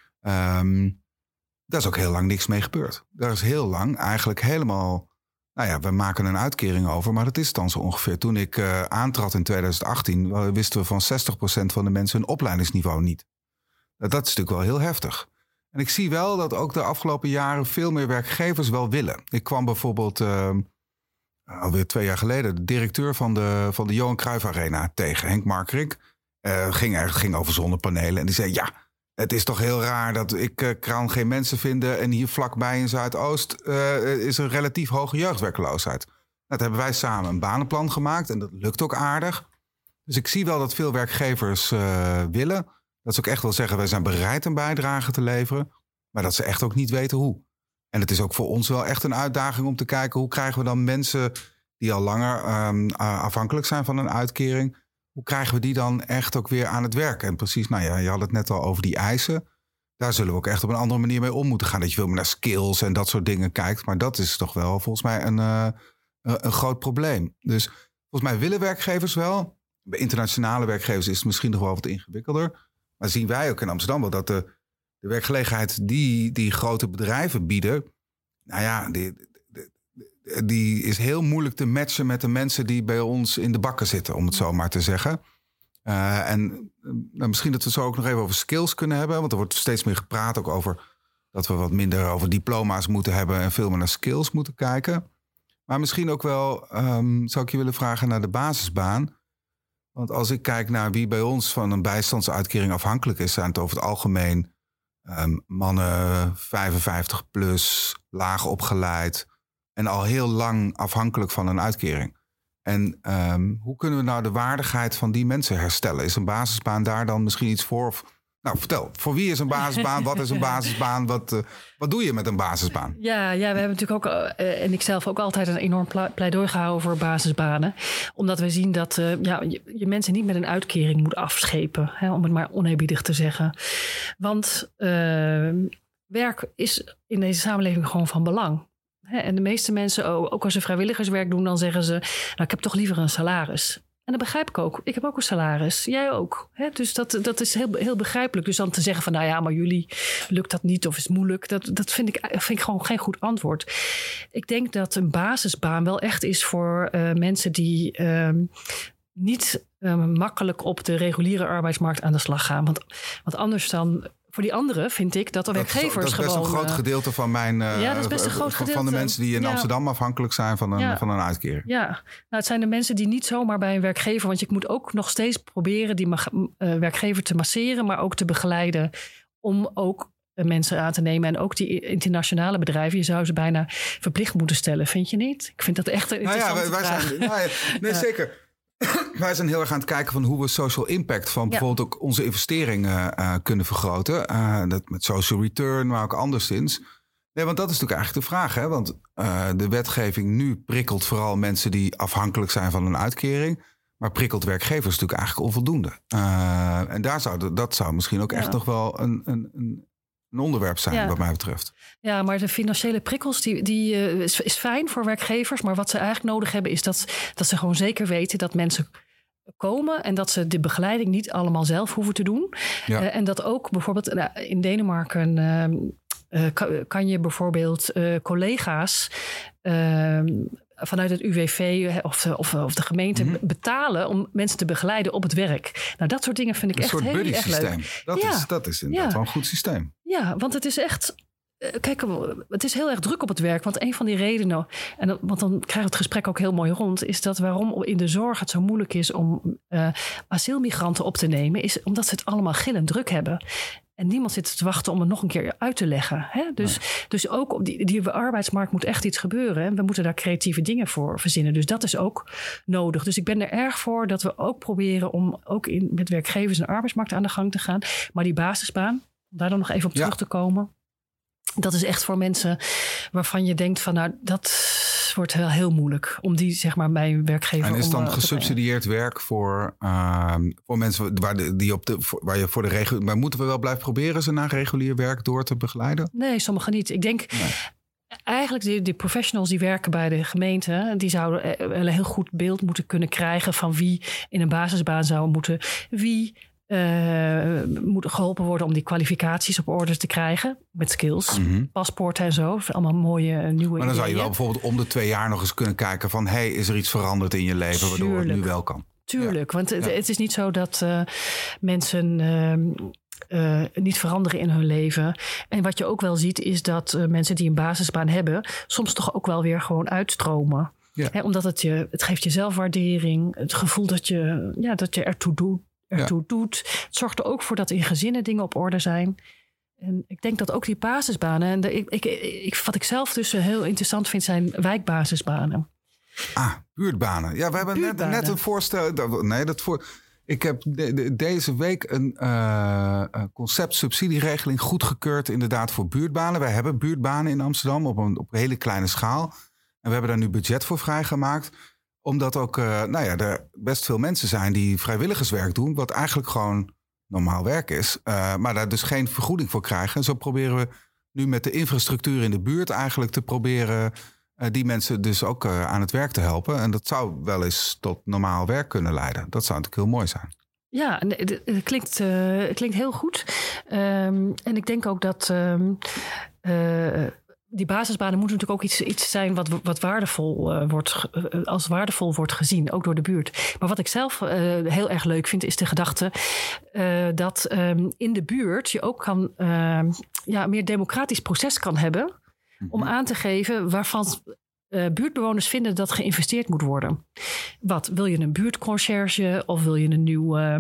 Um, Daar is ook heel lang niks mee gebeurd. Daar is heel lang eigenlijk helemaal... Nou ja, we maken een uitkering over, maar dat is dan zo ongeveer. Toen ik uh, aantrad in twintig achttien... wisten we van zestig procent van de mensen hun opleidingsniveau niet. Dat is natuurlijk wel heel heftig. En ik zie wel dat ook de afgelopen jaren... veel meer werkgevers wel willen. Ik kwam bijvoorbeeld uh, alweer twee jaar geleden... de directeur van de, van de Johan Cruijff Arena tegen, Henk Markrik. Uh, ging, er, ging over zonnepanelen en die zei... ja. Het is toch heel raar dat ik uh, kan geen mensen vinden... en hier vlakbij in Zuidoost uh, is een relatief hoge jeugdwerkloosheid. Dat hebben wij samen een banenplan gemaakt en dat lukt ook aardig. Dus ik zie wel dat veel werkgevers uh, willen. Dat ze ook echt wel zeggen, wij zijn bereid een bijdrage te leveren... maar dat ze echt ook niet weten hoe. En het is ook voor ons wel echt een uitdaging om te kijken... hoe krijgen we dan mensen die al langer um, uh, afhankelijk zijn van een uitkering... Hoe krijgen we die dan echt ook weer aan het werk? En precies, nou ja, je had het net al over die eisen. Daar zullen we ook echt op een andere manier mee om moeten gaan. Dat je veel meer naar skills en dat soort dingen kijkt. Maar dat is toch wel volgens mij een, uh, een groot probleem. Dus volgens mij willen werkgevers wel. Bij internationale werkgevers is het misschien nog wel wat ingewikkelder. Maar zien wij ook in Amsterdam wel dat de, de werkgelegenheid die die grote bedrijven bieden... Nou ja, die... die is heel moeilijk te matchen met de mensen die bij ons in de bakken zitten, om het zo maar te zeggen. Uh, en uh, misschien dat we zo ook nog even over skills kunnen hebben. Want er wordt steeds meer gepraat ook over dat we wat minder over diploma's moeten hebben en veel meer naar skills moeten kijken. Maar misschien ook wel, um, zou ik je willen vragen naar de basisbaan. Want als ik kijk naar wie bij ons van een bijstandsuitkering afhankelijk is, zijn het over het algemeen um, mannen vijfenvijftig plus, laag opgeleid en al heel lang afhankelijk van een uitkering. En um, hoe kunnen we nou de waardigheid van die mensen herstellen? Is een basisbaan daar dan misschien iets voor? Of, nou, vertel, voor wie is een basisbaan? Wat is een basisbaan? Wat, uh, wat doe je met een basisbaan? Ja, ja, we hebben natuurlijk ook, uh, en ik zelf ook altijd een enorm pleidooi gehouden voor basisbanen. Omdat we zien dat uh, ja, je, je mensen niet met een uitkering moet afschepen. Hè, om het maar oneerbiedig te zeggen. Want uh, werk is in deze samenleving gewoon van belang. En de meeste mensen, ook als ze vrijwilligerswerk doen, dan zeggen ze, nou, ik heb toch liever een salaris. En dat begrijp ik ook. Ik heb ook een salaris. Jij ook. Hè? Dus dat, dat is heel, heel begrijpelijk. Dus dan te zeggen van, nou ja, maar jullie lukt dat niet of is moeilijk. Dat, dat vind, ik, vind ik gewoon geen goed antwoord. Ik denk dat een basisbaan wel echt is voor uh, mensen die uh, niet uh, makkelijk op de reguliere arbeidsmarkt aan de slag gaan. Want, want anders dan... Voor die anderen vind ik dat de werkgevers gewoon... Dat is best gewoon, een groot gedeelte van mijn... Uh, ja, dat is best een groot van, gedeelte. Van de mensen die in ja. Amsterdam afhankelijk zijn van een, ja. van een uitkering. Ja, nou, het zijn de mensen die niet zomaar bij een werkgever... want je moet ook nog steeds proberen die mag, uh, werkgever te masseren... maar ook te begeleiden om ook mensen aan te nemen. En ook die internationale bedrijven, je zou ze bijna verplicht moeten stellen. Vind je niet? Ik vind dat echt een interessante nou ja, wij, wij zijn, nou ja, Nee, ja. zeker. Wij zijn heel erg aan het kijken van hoe we social impact van bijvoorbeeld ja. ook onze investeringen uh, kunnen vergroten. Uh, dat met social return, maar ook anderszins. Nee, want dat is natuurlijk eigenlijk de vraag. Hè? Want uh, de wetgeving nu prikkelt vooral mensen die afhankelijk zijn van een uitkering. Maar prikkelt werkgevers natuurlijk eigenlijk onvoldoende. Uh, en daar zou, dat zou misschien ook echt ja. nog wel een, een, een een onderwerp zijn, ja. wat mij betreft. Ja, maar de financiële prikkels die, die, uh, is, is fijn voor werkgevers. Maar wat ze eigenlijk nodig hebben is dat, dat ze gewoon zeker weten dat mensen komen en dat ze de begeleiding niet allemaal zelf hoeven te doen. Ja. Uh, en dat ook bijvoorbeeld uh, in Denemarken uh, uh, kan, kan je bijvoorbeeld uh, collega's Uh, vanuit het U W V of de, of, of de gemeente mm-hmm. betalen om mensen te begeleiden op het werk. Nou, dat soort dingen vind ik een echt soort heel erg leuk. Een soort buddy systeem. Dat, ja. is, dat is inderdaad ja. wel een goed systeem. Ja, want het is echt... Kijk, het is heel erg druk op het werk. Want een van die redenen, en dat, want dan krijgt het gesprek ook heel mooi rond, is dat waarom in de zorg het zo moeilijk is om uh, asielmigranten op te nemen, is omdat ze het allemaal gillend druk hebben. En niemand zit te wachten om het nog een keer uit te leggen. Hè? Dus, nee. dus ook op die, die arbeidsmarkt moet echt iets gebeuren. En we moeten daar creatieve dingen voor verzinnen. Dus dat is ook nodig. Dus ik ben er erg voor dat we ook proberen om ook in, met werkgevers en arbeidsmarkt aan de gang te gaan. Maar die basisbaan, om daar dan nog even op ja. terug te komen. Dat is echt voor mensen waarvan je denkt van nou, dat wordt wel heel moeilijk om die zeg maar bij een werkgever. En is om, dan uh, gesubsidieerd werk voor, uh, voor mensen waar, de, die op de, voor, waar je voor de regulier. Maar moeten we wel blijven proberen ze naar regulier werk door te begeleiden? Nee, sommigen niet. Ik denk nee. eigenlijk die, die professionals die werken bij de gemeente, die zouden een heel goed beeld moeten kunnen krijgen van wie in een basisbaan zou moeten, wie Uh, moet geholpen worden om die kwalificaties op orde te krijgen. Met skills, mm-hmm. paspoorten en zo. Allemaal mooie uh, nieuwe Maar dan zou je ideeën. wel bijvoorbeeld om de twee jaar nog eens kunnen kijken van hey, is er iets veranderd in je leven waardoor Tuurlijk. het nu wel kan? Tuurlijk, ja. want het, ja. het is niet zo dat uh, mensen uh, uh, niet veranderen in hun leven. En wat je ook wel ziet is dat uh, mensen die een basisbaan hebben soms toch ook wel weer gewoon uitstromen. Ja. He, omdat het je, het geeft je zelfwaardering, het gevoel dat je, ja, dat je ertoe doet. ertoe ja. doet. Het zorgt er ook voor dat in gezinnen dingen op orde zijn. En ik denk dat ook die basisbanen, en de, ik, ik, ik, wat ik zelf dus heel interessant vind, zijn wijkbasisbanen. Ah, buurtbanen. Ja, we hebben net, net een voorstel. Nee, dat voor. Ik heb de, de, deze week een uh, concept subsidieregeling goedgekeurd, inderdaad, voor buurtbanen. Wij hebben buurtbanen in Amsterdam op een, op een hele kleine schaal. En we hebben daar nu budget voor vrijgemaakt. Omdat ook uh, nou ja, er best veel mensen zijn die vrijwilligerswerk doen, wat eigenlijk gewoon normaal werk is. Uh, maar daar dus geen vergoeding voor krijgen. En zo proberen we nu met de infrastructuur in de buurt eigenlijk te proberen uh, die mensen dus ook uh, aan het werk te helpen. En dat zou wel eens tot normaal werk kunnen leiden. Dat zou natuurlijk heel mooi zijn. Ja, het klinkt, uh, het klinkt heel goed. Um, en ik denk ook dat Um, uh, die basisbanen moeten natuurlijk ook iets, iets zijn wat, wat waardevol uh, wordt, uh, als waardevol wordt gezien, ook door de buurt. Maar wat ik zelf uh, heel erg leuk vind, is de gedachte uh, dat um, in de buurt je ook kan, uh, ja, een meer democratisch proces kan hebben. Mm-hmm. Om aan te geven waarvan Uh, buurtbewoners vinden dat geïnvesteerd moet worden. Wat, wil je een buurtconcierge of wil je een nieuw uh,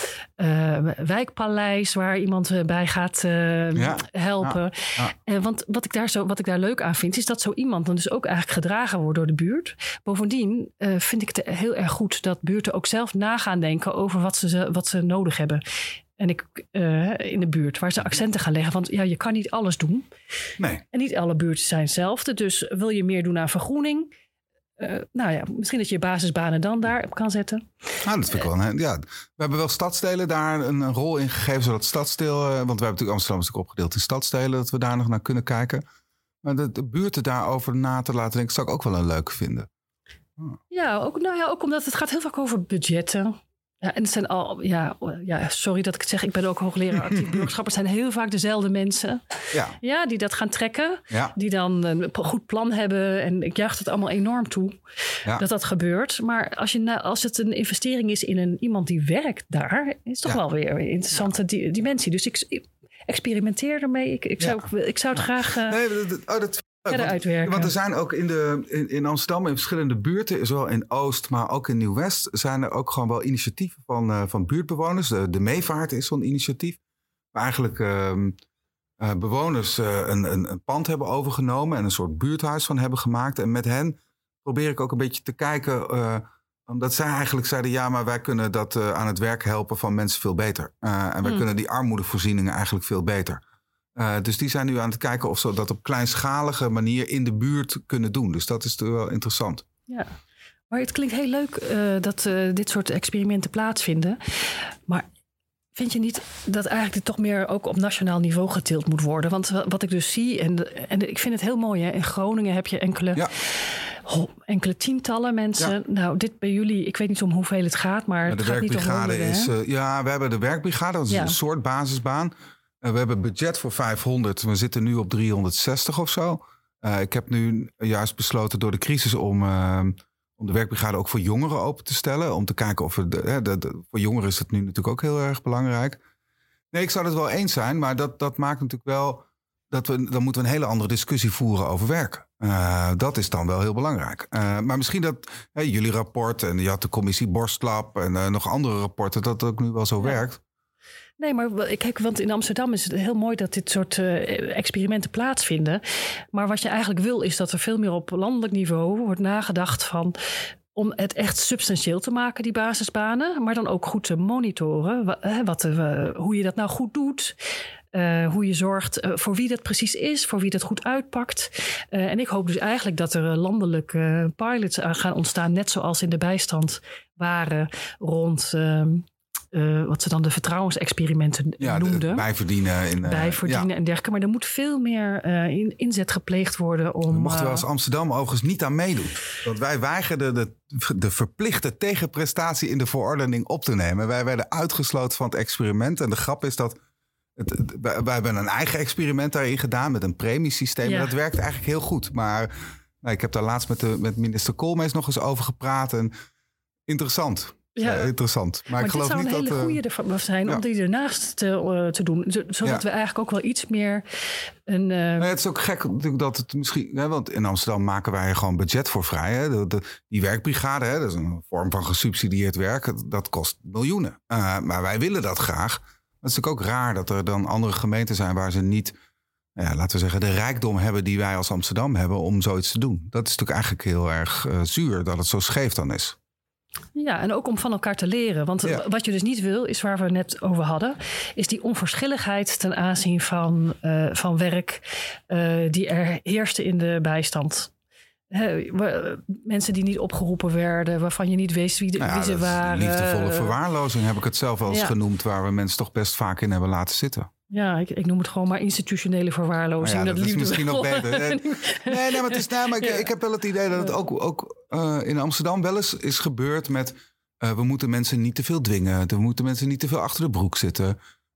uh, wijkpaleis waar iemand bij gaat uh, ja, helpen? Ja, ja. Uh, want wat ik, daar zo, wat ik daar leuk aan vind, is dat zo iemand dan dus ook eigenlijk gedragen wordt door de buurt. Bovendien uh, vind ik het heel erg goed dat buurten ook zelf na gaan denken over wat ze, wat ze nodig hebben. En ik uh, in de buurt, waar ze accenten gaan leggen. Want ja, je kan niet alles doen. Nee. En niet alle buurten zijn hetzelfde. Dus wil je meer doen aan vergroening? Uh, nou ja, misschien dat je je basisbanen dan daar op kan zetten. Nou, dat vind ik wel. Hè? Ja, we hebben wel stadsdelen daar een, een rol in gegeven. Zodat stadsdeel, uh, want we hebben natuurlijk Amsterdam natuurlijk opgedeeld in stadsdelen. Dat we daar nog naar kunnen kijken. Maar de, de buurten daarover na te laten denken, zou ik ook wel een leuke vinden. Oh. Ja, ook, nou ja, ook omdat het gaat heel vaak over budgetten. Ja, en het zijn al, ja, ja, sorry dat ik het zeg, ik ben ook hoogleraar actief burgerschap. Het zijn heel vaak dezelfde mensen ja. Ja, die dat gaan trekken. Ja. Die dan een goed plan hebben. En ik juich het allemaal enorm toe ja. dat dat gebeurt. Maar als, je, als het een investering is in een, iemand die werkt daar, is het toch ja. wel weer een interessante ja. dimensie. Dus ik, ik experimenteer ermee. Ik, ik, zou, ja. ik zou het graag uh, nee, dat, oh, dat... verder uitwerken. Want er zijn ook in, de, in, in Amsterdam in verschillende buurten, zowel in Oost, maar ook in Nieuw-West, zijn er ook gewoon wel initiatieven van, uh, van buurtbewoners. De, de Meevaart is zo'n initiatief. Waar eigenlijk uh, uh, bewoners uh, een, een, een pand hebben overgenomen en een soort buurthuis van hebben gemaakt. En met hen probeer ik ook een beetje te kijken, uh, omdat zij eigenlijk zeiden, ja, maar wij kunnen dat uh, aan het werk helpen van mensen veel beter. Uh, en wij mm. kunnen die armoedevoorzieningen eigenlijk veel beter. Uh, dus die zijn nu aan het kijken of ze dat op kleinschalige manier in de buurt kunnen doen. Dus dat is wel interessant. Ja, maar het klinkt heel leuk uh, dat uh, dit soort experimenten plaatsvinden. Maar vind je niet dat eigenlijk dit toch meer ook op nationaal niveau getild moet worden? Want wat ik dus zie, en, en ik vind het heel mooi, hè? In Groningen heb je enkele... Ja. Oh, enkele tientallen mensen. Ja. Nou, dit bij jullie, ik weet niet om hoeveel het gaat, maar het de gaat niet om honderden, is, uh, ja, we hebben de werkbrigade, dat is ja. een soort basisbaan. Uh, we hebben budget voor vijfhonderd. We zitten nu op driehonderdzestig of zo. Uh, ik heb nu juist besloten door de crisis om, uh, om de werkbrigade ook voor jongeren open te stellen. Om te kijken of we... De, de, de, de, voor jongeren is het nu natuurlijk ook heel erg belangrijk. Nee, ik zou het wel eens zijn, maar dat, dat maakt natuurlijk wel... dat we dan moeten we een hele andere discussie voeren over werk. Uh, dat is dan wel heel belangrijk. Uh, maar misschien dat hey, jullie rapport en je had de commissie Borstlab en uh, nog andere rapporten, dat het ook nu wel zo ja. werkt. Nee, maar kijk, want in Amsterdam is het heel mooi dat dit soort uh, experimenten plaatsvinden. Maar wat je eigenlijk wil is dat er veel meer op landelijk niveau wordt nagedacht van... om het echt substantieel te maken, die basisbanen. Maar dan ook goed te monitoren. Wat, wat, uh, hoe je dat nou goed doet. Uh, hoe je zorgt uh, voor wie dat precies is. Voor wie dat goed uitpakt. Uh, en ik hoop dus eigenlijk dat er landelijk uh, pilots gaan ontstaan. Net zoals in de bijstand waren rond... Uh, Uh, wat ze dan de vertrouwensexperimenten ja, noemden. Bijverdienen. In, uh, bijverdienen ja. en dergelijke. Maar er moet veel meer uh, in, inzet gepleegd worden om... We mochten we als Amsterdam overigens niet aan meedoen. Want wij weigerden de, de verplichte tegenprestatie in de verordening op te nemen. Wij werden uitgesloten van het experiment. En de grap is dat... Het, het, wij hebben een eigen experiment daarin gedaan met een premiesysteem. Ja. En dat werkt eigenlijk heel goed. Maar nou, ik heb daar laatst met, de, met minister Koolmees nog eens over gepraat. En interessant. Ja, ja, interessant. Maar, maar ik geloof dit zou niet een hele dat, goede ervan zijn ja. om die ernaast te, uh, te doen. Zodat ja. we eigenlijk ook wel iets meer... Een, uh... nee, het is ook gek natuurlijk dat het misschien... Hè, want in Amsterdam maken wij er gewoon budget voor vrij. Hè? De, de, die werkbrigade, hè, dat is een vorm van gesubsidieerd werk. Dat kost miljoenen. Uh, maar wij willen dat graag. Het is natuurlijk ook raar dat er dan andere gemeenten zijn... waar ze niet, ja, laten we zeggen, de rijkdom hebben die wij als Amsterdam hebben... om zoiets te doen. Dat is natuurlijk eigenlijk heel erg uh, zuur dat het zo scheef dan is. Ja, en ook om van elkaar te leren. Want ja. wat je dus niet wil, is waar we het net over hadden... is die onverschilligheid ten aanzien van, uh, van werk... Uh, die er heerste in de bijstand. He, mensen die niet opgeroepen werden... waarvan je niet wist wie, de, nou ja, wie ze waren. Liefdevolle verwaarlozing heb ik het zelf wel eens ja. genoemd... waar we mensen toch best vaak in hebben laten zitten. Ja, ik, ik noem het gewoon maar institutionele verwaarlozing. Ja, dat, dat is misschien nog beter. Nee, nee, nee, maar, het is, nee, maar ik, ja. ik heb wel het idee dat het ook, ook uh, in Amsterdam wel eens is gebeurd met... Uh, we moeten mensen niet te veel dwingen. We moeten mensen niet te veel achter de broek zitten.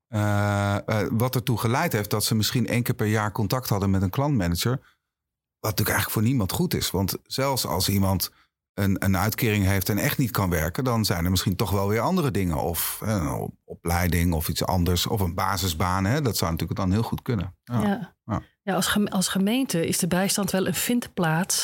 Uh, uh, wat ertoe geleid heeft dat ze misschien één keer per jaar contact hadden met een klantmanager. Wat natuurlijk eigenlijk voor niemand goed is. Want zelfs als iemand een, een uitkering heeft en echt niet kan werken... dan zijn er misschien toch wel weer andere dingen. Of uh, een opleiding of iets anders. Of een basisbaan. Hè? Dat zou natuurlijk dan heel goed kunnen. Ja, ja. ja. ja als, geme- als gemeente is de bijstand wel een vindplaats...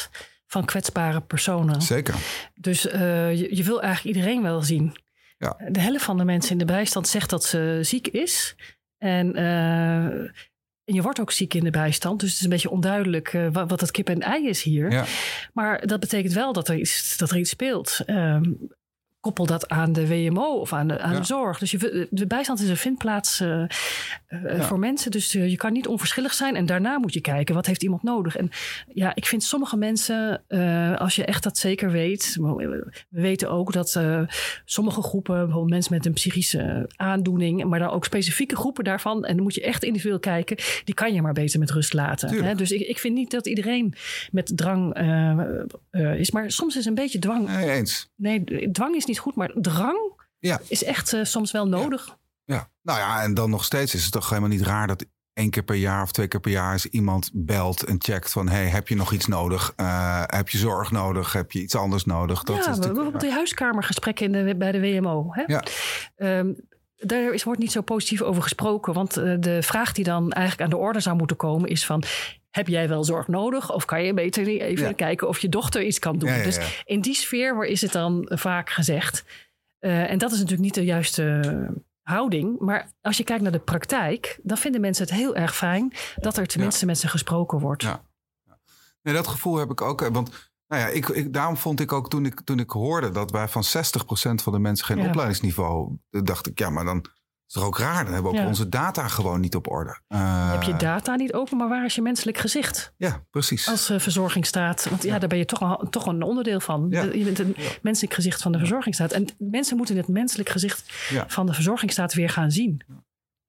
van kwetsbare personen. Zeker. Dus uh, je, je wil eigenlijk iedereen wel zien. Ja. De helft van de mensen in de bijstand zegt dat ze ziek is. En uh, je wordt ook ziek in de bijstand. Dus het is een beetje onduidelijk uh, wat, wat het kip en ei is hier. Ja. Maar dat betekent wel dat er iets, dat er iets speelt. Um, Koppel dat aan de W M O of aan de, aan ja. de zorg. Dus je, de bijstand is een vindplaats uh, uh, ja. voor mensen. Dus uh, je kan niet onverschillig zijn. En daarna moet je kijken, wat heeft iemand nodig? En ja, ik vind sommige mensen, uh, als je echt dat zeker weet. We weten ook dat uh, sommige groepen, bijvoorbeeld mensen met een psychische aandoening, maar dan ook specifieke groepen daarvan. En dan moet je echt individueel kijken. Die kan je maar beter met rust laten. Hè? Dus ik, ik vind niet dat iedereen met drang uh, uh, is. Maar soms is een beetje dwang. Nee, eens. Nee, dwang is niet goed, maar drang ja. is echt uh, soms wel nodig. Ja. ja, nou ja, en dan nog steeds is het toch helemaal niet raar dat één keer per jaar of twee keer per jaar eens iemand belt en checkt van, hey, heb je nog iets nodig? Uh, heb je zorg nodig? Heb je iets anders nodig? Dat ja, is bijvoorbeeld ja. die huiskamergesprekken in de, bij de W M O. Hè? Ja. Um, daar is, wordt niet zo positief over gesproken, want uh, de vraag die dan eigenlijk aan de orde zou moeten komen is van, heb jij wel zorg nodig? Of kan je beter even ja. kijken of je dochter iets kan doen? Ja, ja, ja. Dus in die sfeer is het dan vaak gezegd. Uh, en dat is natuurlijk niet de juiste houding. Maar als je kijkt naar de praktijk, dan vinden mensen het heel erg fijn dat er tenminste ja. met ze gesproken wordt. Ja. Nee, dat gevoel heb ik ook. Want nou ja, ik, ik, daarom vond ik ook toen ik, toen ik hoorde dat wij van zestig procent van de mensen geen ja. opleidingsniveau, dacht ik, ja, maar dan is het ook raar. Dan hebben we ook ja. onze data gewoon niet op orde. Uh, Heb je data niet open, maar waar is je menselijk gezicht? Ja, precies. Als uh, verzorgingsstaat. Want ja, ja, daar ben je toch een, toch een onderdeel van. Ja. Je bent een ja. menselijk gezicht van de verzorgingsstaat. En mensen moeten het menselijk gezicht ja. van de verzorgingsstaat weer gaan zien. Ja.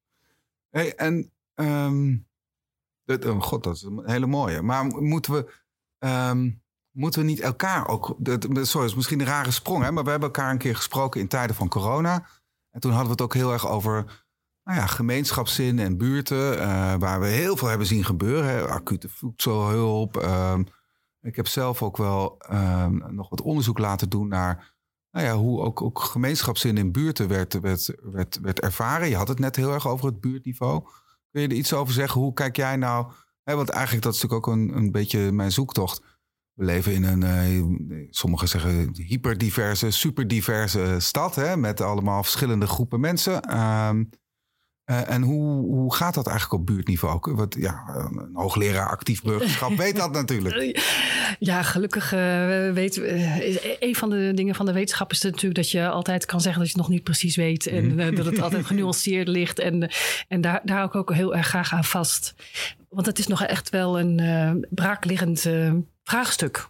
Hey, en um, dit, oh god, dat is een hele mooie. Maar moeten we, um, moeten we niet elkaar ook... Dat, sorry, is misschien een rare sprong, hè, maar we hebben elkaar een keer gesproken in tijden van corona. En toen hadden we het ook heel erg over nou ja, gemeenschapszin en buurten. Uh, waar we heel veel hebben zien gebeuren. Hè. Acute voedselhulp. Um, ik heb zelf ook wel um, nog wat onderzoek laten doen naar nou ja, hoe ook, ook gemeenschapszin in buurten werd, werd, werd, werd ervaren. Je had het net heel erg over het buurtniveau. Kun je er iets over zeggen? Hoe kijk jij nou? Hè, want eigenlijk dat is natuurlijk ook een, een beetje mijn zoektocht. We leven in een, uh, sommigen zeggen hyperdiverse, superdiverse stad. Hè, met allemaal verschillende groepen mensen. Um, uh, en hoe, hoe gaat dat eigenlijk op buurtniveau? Wat, ja, een hoogleraar actief burgerschap weet dat natuurlijk. Ja, gelukkig uh, weet uh, een van de dingen van de wetenschap is natuurlijk dat je altijd kan zeggen dat je het nog niet precies weet. En uh, dat het altijd genuanceerd ligt. En, uh, en daar, daar hou ik ook heel erg graag aan vast. Want het is nog echt wel een uh, braakliggend uh, vraagstuk.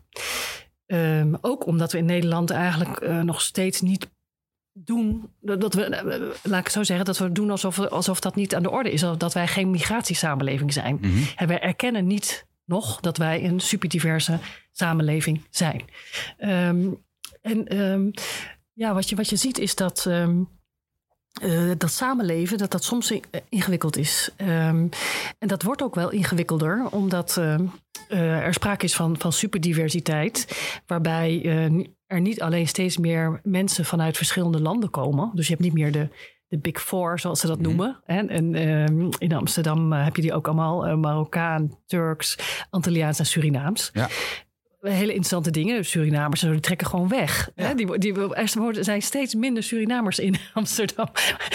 Um, ook omdat we in Nederland eigenlijk uh, nog steeds niet doen, dat we, uh, laat ik zo zeggen, dat we doen alsof, alsof dat niet aan de orde is. Alsof dat wij geen migratiesamenleving zijn. Mm-hmm. En wij erkennen niet nog dat wij een superdiverse samenleving zijn. Um, en um, ja, wat je, wat je ziet is dat Um, Uh, dat samenleven, dat dat soms ingewikkeld is. Um, en dat wordt ook wel ingewikkelder, omdat uh, uh, er sprake is van, van superdiversiteit, waarbij uh, er niet alleen steeds meer mensen vanuit verschillende landen komen. Dus je hebt niet meer de, de Big Four, zoals ze dat noemen. Hè? En uh, in Amsterdam uh, heb je die ook allemaal, uh, Marokkaan, Turks, Antilliaans en Surinaams. Ja. Hele interessante dingen. Surinamers die trekken gewoon weg. Ja. Hè? Die, die, er zijn steeds minder Surinamers in Amsterdam.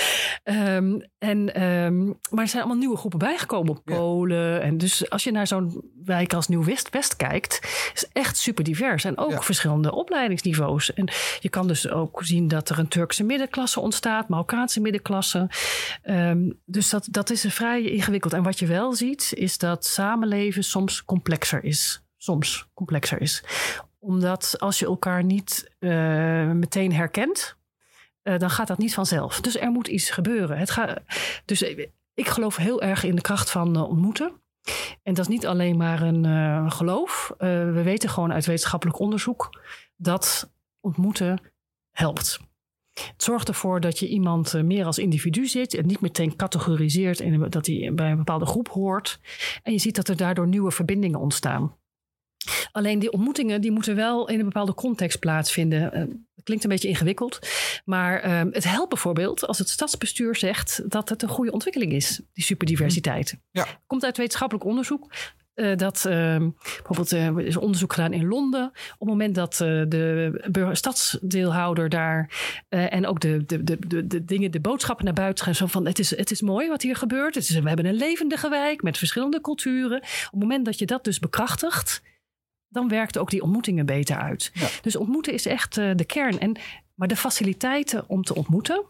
um, en, um, maar er zijn allemaal nieuwe groepen bijgekomen. Polen. Ja. En dus als je naar zo'n wijk als Nieuw-West West kijkt, is het echt super divers. En ook ja. verschillende opleidingsniveaus. En je kan dus ook zien dat er een Turkse middenklasse ontstaat. Marokkaanse middenklasse. Um, dus dat, dat is vrij ingewikkeld. En wat je wel ziet, is dat samenleven soms complexer is. Soms complexer is. Omdat als je elkaar niet uh, meteen herkent, uh, dan gaat dat niet vanzelf. Dus er moet iets gebeuren. Het gaat, dus ik geloof heel erg in de kracht van uh, ontmoeten. En dat is niet alleen maar een uh, geloof. Uh, we weten gewoon uit wetenschappelijk onderzoek dat ontmoeten helpt. Het zorgt ervoor dat je iemand uh, meer als individu ziet en niet meteen categoriseert en dat hij bij een bepaalde groep hoort. En je ziet dat er daardoor nieuwe verbindingen ontstaan. Alleen die ontmoetingen die moeten wel in een bepaalde context plaatsvinden. Uh, dat klinkt een beetje ingewikkeld. Maar uh, het helpt bijvoorbeeld als het stadsbestuur zegt dat het een goede ontwikkeling is. Die superdiversiteit. Ja. Komt uit wetenschappelijk onderzoek. Uh, dat uh, bijvoorbeeld uh, er is onderzoek gedaan in Londen. Op het moment dat uh, de burger, stadsdeelhouder daar uh, en ook de, de, de, de, de dingen, de boodschappen naar buiten gaan. Zo van het is, het is mooi wat hier gebeurt. Het is, we hebben een levendige wijk met verschillende culturen. Op het moment dat je dat dus bekrachtigt, dan werkt ook die ontmoetingen beter uit. Ja. Dus ontmoeten is echt uh, de kern. En, maar de faciliteiten om te ontmoeten,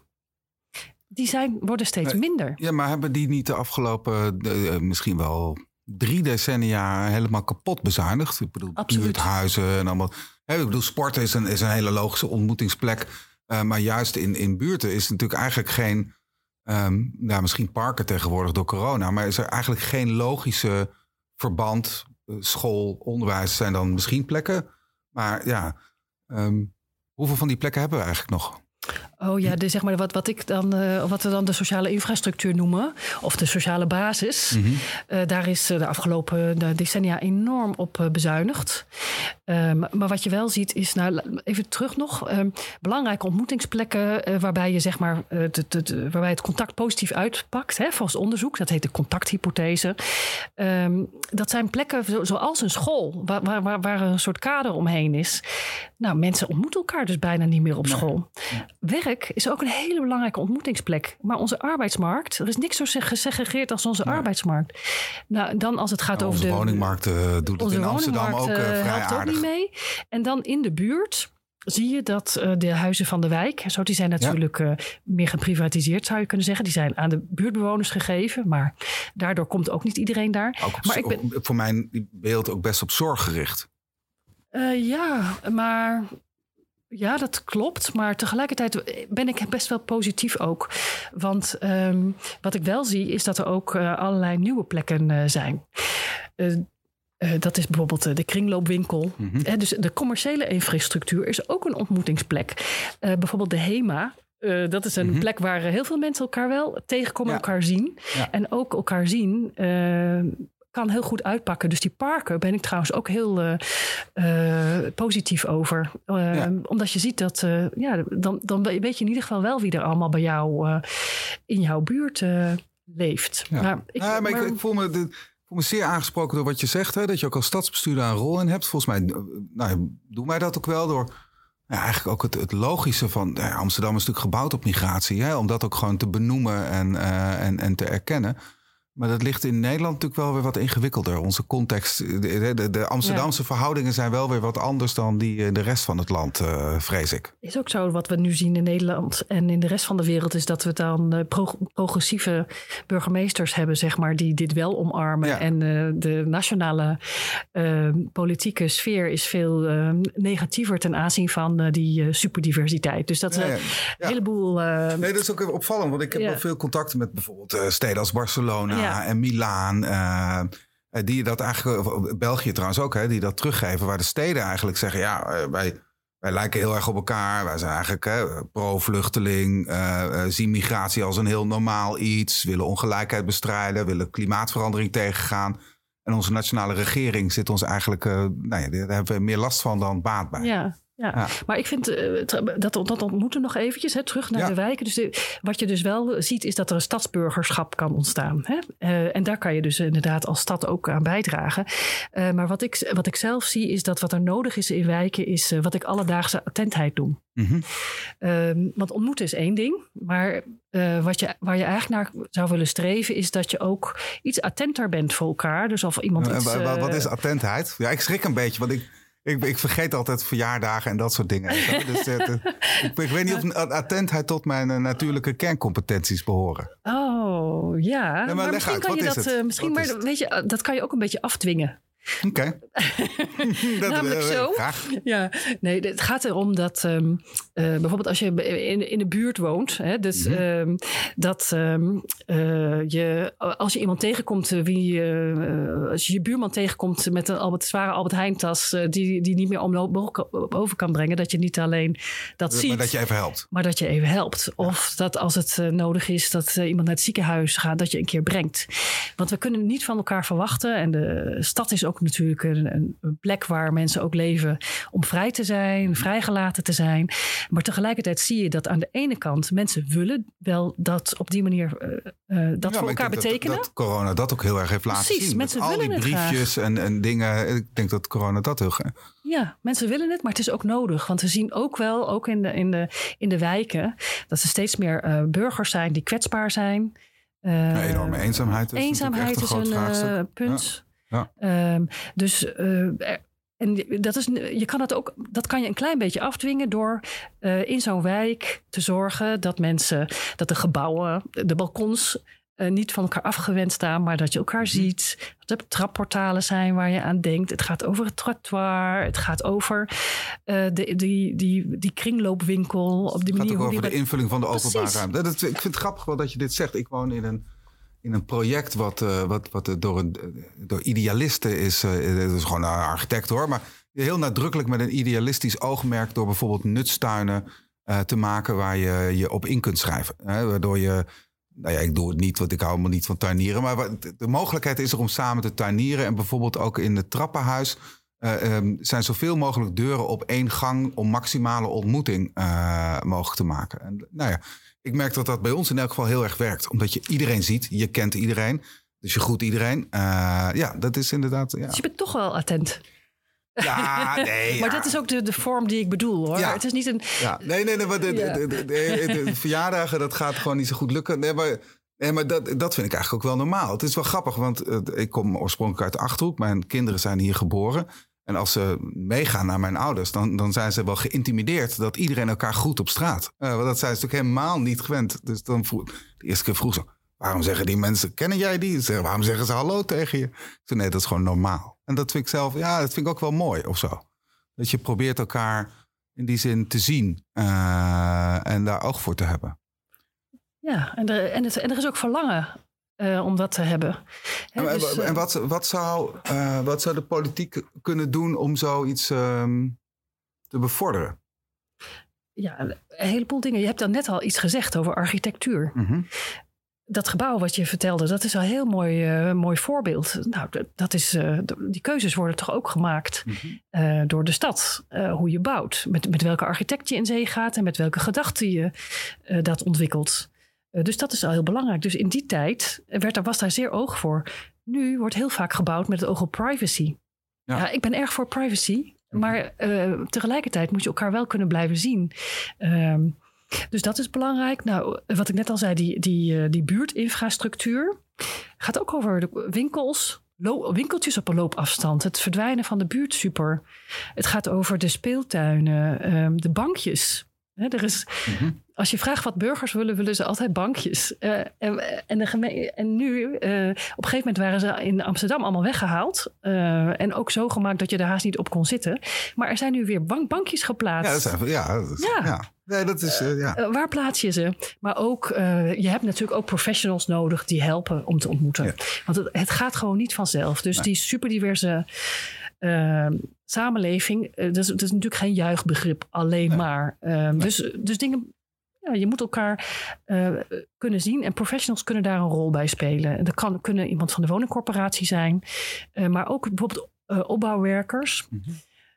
die zijn, worden steeds nee, minder. Ja, maar hebben die niet de afgelopen uh, misschien wel drie decennia helemaal kapot bezuinigd? Ik bedoel, buurthuizen en allemaal. Hè, ik bedoel, sport is een, is een hele logische ontmoetingsplek. Uh, maar juist in, in buurten is natuurlijk eigenlijk geen, um, nou, misschien parken tegenwoordig door corona, maar is er eigenlijk geen logische verband. School, onderwijs zijn dan misschien plekken. Maar ja, um, hoeveel van die plekken hebben we eigenlijk nog? Oh ja, de, zeg maar wat, wat, ik dan, uh, wat we dan de sociale infrastructuur noemen. Of de sociale basis. Mm-hmm. Uh, daar is uh, de afgelopen de decennia enorm op uh, bezuinigd. Um, maar wat je wel ziet is, nou, even terug nog. Um, belangrijke ontmoetingsplekken uh, waarbij je zeg maar uh, de, de, de, waarbij het contact positief uitpakt. Hè, volgens onderzoek. Dat heet de contacthypothese. Um, dat zijn plekken zo, zoals een school. Waar, waar, waar, waar een soort kader omheen is. Nou, mensen ontmoeten elkaar dus bijna niet meer op school. Nee. Werk is ook een hele belangrijke ontmoetingsplek. Maar onze arbeidsmarkt, er is niks zo gesegregeerd als onze nee. arbeidsmarkt. Nou, dan als het gaat nou, over onze de... woningmarkt uh, doet het in Amsterdam ook uh, vrij helpt aardig. Ook niet mee. En dan in de buurt zie je dat uh, de huizen van de wijk, zo, die zijn natuurlijk ja. uh, meer geprivatiseerd, zou je kunnen zeggen. Die zijn aan de buurtbewoners gegeven, maar daardoor komt ook niet iedereen daar. Ook op, maar ik ben... voor mijn beeld ook best op zorg gericht. Uh, ja, maar... Ja, dat klopt. Maar tegelijkertijd ben ik best wel positief ook. Want um, wat ik wel zie is dat er ook uh, allerlei nieuwe plekken uh, zijn. Uh, uh, dat is bijvoorbeeld uh, de kringloopwinkel. Mm-hmm. Uh, dus de commerciële infrastructuur is ook een ontmoetingsplek. Uh, bijvoorbeeld de HEMA. Uh, dat is een mm-hmm. plek waar heel veel mensen elkaar wel tegenkomen, ja. elkaar zien. Ja. En ook elkaar zien... Uh, kan heel goed uitpakken. Dus die parken ben ik trouwens ook heel uh, uh, positief over. Uh, ja. Omdat je ziet dat... Uh, ja, dan, dan weet je in ieder geval wel wie er allemaal bij jou uh, in jouw buurt uh, leeft. Ja. Maar, ik, ja, maar, maar ik, ik voel me... De... Ik voel me zeer aangesproken door wat je zegt. Hè, dat je ook als stadsbestuurder een rol in hebt. Volgens mij nou, doen wij dat ook wel door... Ja, eigenlijk ook het, het logische van... Ja, Amsterdam is natuurlijk gebouwd op migratie. Hè, om dat ook gewoon te benoemen en, uh, en, en te erkennen. Maar dat ligt in Nederland natuurlijk wel weer wat ingewikkelder. Onze context, de, de, de Amsterdamse ja. verhoudingen zijn wel weer wat anders dan die in de rest van het land, uh, vrees ik. Is ook zo wat we nu zien in Nederland en in de rest van de wereld... is dat we dan uh, pro- progressieve burgemeesters hebben, zeg maar, die dit wel omarmen. Ja. En uh, de nationale uh, politieke sfeer is veel uh, negatiever ten aanzien van uh, die uh, superdiversiteit. Dus dat is ja, ja. een ja. heleboel... Uh, nee, dat is ook opvallend, want ik heb ja. wel veel contacten met bijvoorbeeld uh, steden als Barcelona... Ja. En Milaan, uh, die dat eigenlijk, België trouwens ook, hè, die dat teruggeven, waar de steden eigenlijk zeggen, ja, wij, wij lijken heel erg op elkaar. Wij zijn eigenlijk hè, pro-vluchteling, uh, uh, zien migratie als een heel normaal iets, willen ongelijkheid bestrijden, willen klimaatverandering tegengaan. En onze nationale regering zit ons eigenlijk, uh, nou ja, daar hebben we meer last van dan baat bij. Ja. Ja. ja, maar ik vind uh, dat, dat ontmoeten nog eventjes, hè, terug naar ja. de wijken. Dus de, wat je dus wel ziet is dat er een stadsburgerschap kan ontstaan. Hè? Uh, en daar kan je dus inderdaad als stad ook aan bijdragen. Uh, maar wat ik, wat ik zelf zie is dat wat er nodig is in wijken... is uh, wat ik alledaagse attentheid noem. Mm-hmm. Uh, want ontmoeten is één ding. Maar uh, wat je, waar je eigenlijk naar zou willen streven... is dat je ook iets attenter bent voor elkaar. Dus of iemand uh, iets... Uh, wat is attentheid? Ja, ik schrik een beetje, want ik... Ik, ik vergeet altijd verjaardagen en dat soort dingen. Dus, uh, de, ik, ik weet niet of attentheid tot mijn uh, natuurlijke kerncompetenties behoren. Oh, ja. Nee, maar maar misschien uit, kan je dat... Uh, misschien, maar weet je, dat kan je ook een beetje afdwingen. Oké. Okay. Namelijk uh, zo. Graag. Ja, nee, het gaat erom dat um, uh, bijvoorbeeld als je in, in de buurt woont, hè, dus mm-hmm. um, dat um, uh, je als je iemand tegenkomt wie uh, als je je buurman tegenkomt met een Albert, zware Albert Heijn tas uh, die die niet meer omloop over kan brengen, dat je niet alleen dat maar ziet, maar dat je even helpt, maar dat je even helpt, ja. Of dat als het uh, nodig is dat uh, iemand naar het ziekenhuis gaat, dat je een keer brengt, want we kunnen niet van elkaar verwachten en de stad is ook ook natuurlijk een, een plek waar mensen ook leven om vrij te zijn, vrijgelaten te zijn. Maar tegelijkertijd zie je dat aan de ene kant mensen willen wel dat op die manier uh, uh, dat ja, voor elkaar betekenen. Dat, dat corona dat ook heel erg heeft laten Precies, zien. Mensen met al die briefjes en, en dingen. Ik denk dat corona dat heel graag. Ja, mensen willen het, maar het is ook nodig. Want we zien ook wel, ook in de, in de, in de wijken, dat er steeds meer uh, burgers zijn die kwetsbaar zijn. Uh, ja, enorme eenzaamheid is eenzaamheid een, is groot een vraagstuk. Uh, punt. Ja. Ja. Um, dus uh, en dat is, je kan dat ook, dat kan je een klein beetje afdwingen door uh, in zo'n wijk te zorgen dat mensen, dat de gebouwen, de balkons Uh, niet van elkaar afgewend staan, maar dat je elkaar ziet. Dat er trapportalen zijn waar je aan denkt. Het gaat over het trottoir. Het gaat over uh, de, die, die, die kringloopwinkel. Op die het manier gaat ook hoe over die de invulling van de openbare ruimte. Dat, ik vind het grappig wel dat je dit zegt. Ik woon in een, in een project wat, uh, wat, wat door, een, door idealisten is. Uh, dat is gewoon een architect hoor. Maar heel nadrukkelijk met een idealistisch oogmerk door bijvoorbeeld nutstuinen uh, te maken waar je je op in kunt schrijven. Hè, waardoor je Nou ja, ik doe het niet, want ik hou helemaal niet van tuinieren. Maar de mogelijkheid is er om samen te tuinieren. En bijvoorbeeld ook in het trappenhuis uh, um, zijn zoveel mogelijk deuren op één gang om maximale ontmoeting uh, mogelijk te maken. En, nou ja, ik merk dat dat bij ons in elk geval heel erg werkt. Omdat je iedereen ziet, je kent iedereen. Dus je groet iedereen. Uh, ja, dat is inderdaad... Ja. Dus je bent toch wel attent. Ja, nee. maar ja. dat is ook de, de vorm die ik bedoel, hoor. Ja. Het is niet een... Ja, nee, nee, nee. Maar de, ja. de, de, de, de, de verjaardagen, dat gaat gewoon niet zo goed lukken. Nee, maar, nee, maar dat, dat vind ik eigenlijk ook wel normaal. Het is wel grappig, want uh, ik kom oorspronkelijk uit de Achterhoek. Mijn kinderen zijn hier geboren. En als ze meegaan naar mijn ouders, dan, dan zijn ze wel geïntimideerd dat iedereen elkaar groet op straat. Uh, want dat zijn ze natuurlijk helemaal niet gewend. Dus dan vroeg, de eerste keer vroeg ze, waarom zeggen die mensen, kennen jij die? Zeggen, waarom zeggen ze hallo tegen je? Ik zei, nee, dat is gewoon normaal. En dat vind ik zelf, ja, dat vind ik ook wel mooi of zo. Dat je probeert elkaar in die zin te zien uh, en daar oog voor te hebben. Ja, en er, en het, en er is ook verlangen uh, om dat te hebben. He, en dus, en uh, wat, wat, zou, uh, wat zou de politiek kunnen doen om zoiets um, te bevorderen? Ja, een heleboel dingen. Je hebt dan net al iets gezegd over architectuur. Mm-hmm. Dat gebouw wat je vertelde, dat is al een heel mooi, uh, mooi voorbeeld. Nou, dat is, uh, die keuzes worden toch ook gemaakt mm-hmm. uh, door de stad. Uh, hoe je bouwt, met, met welke architect je in zee gaat en met welke gedachten je uh, dat ontwikkelt. Uh, dus dat is al heel belangrijk. Dus in die tijd werd er, was daar zeer oog voor. Nu wordt heel vaak gebouwd met het oog op privacy. Ja, ja ik ben erg voor privacy, mm-hmm. maar uh, tegelijkertijd moet je elkaar wel kunnen blijven zien. Uh, Dus dat is belangrijk. Nou, wat ik net al zei, die, die, die buurtinfrastructuur gaat ook over de winkels, lo- winkeltjes op een loopafstand. Het verdwijnen van de buurtsuper. Het gaat over de speeltuinen, um, de bankjes. He, er is, mm-hmm. Als je vraagt wat burgers willen, willen ze altijd bankjes. Uh, en, en, de geme- en nu, uh, op een gegeven moment waren ze in Amsterdam allemaal weggehaald. Uh, en ook zo gemaakt dat je er haast niet op kon zitten. Maar er zijn nu weer bank- bankjes geplaatst. Ja, dat zijn, ja, dat is, ja. ja. Nee, dat is, uh, ja. Uh, waar plaats je ze? Maar ook, uh, je hebt natuurlijk ook professionals nodig die helpen om te ontmoeten. Ja. Want het, het gaat gewoon niet vanzelf. Dus nee. Die superdiverse uh, samenleving, uh, dat, is, dat is natuurlijk geen juichbegrip alleen nee. maar. Uh, nee. dus, dus dingen, ja, je moet elkaar uh, kunnen zien en professionals kunnen daar een rol bij spelen. Dat kan kunnen iemand van de woningcorporatie zijn, uh, maar ook bijvoorbeeld uh, opbouwwerkers. Mm-hmm.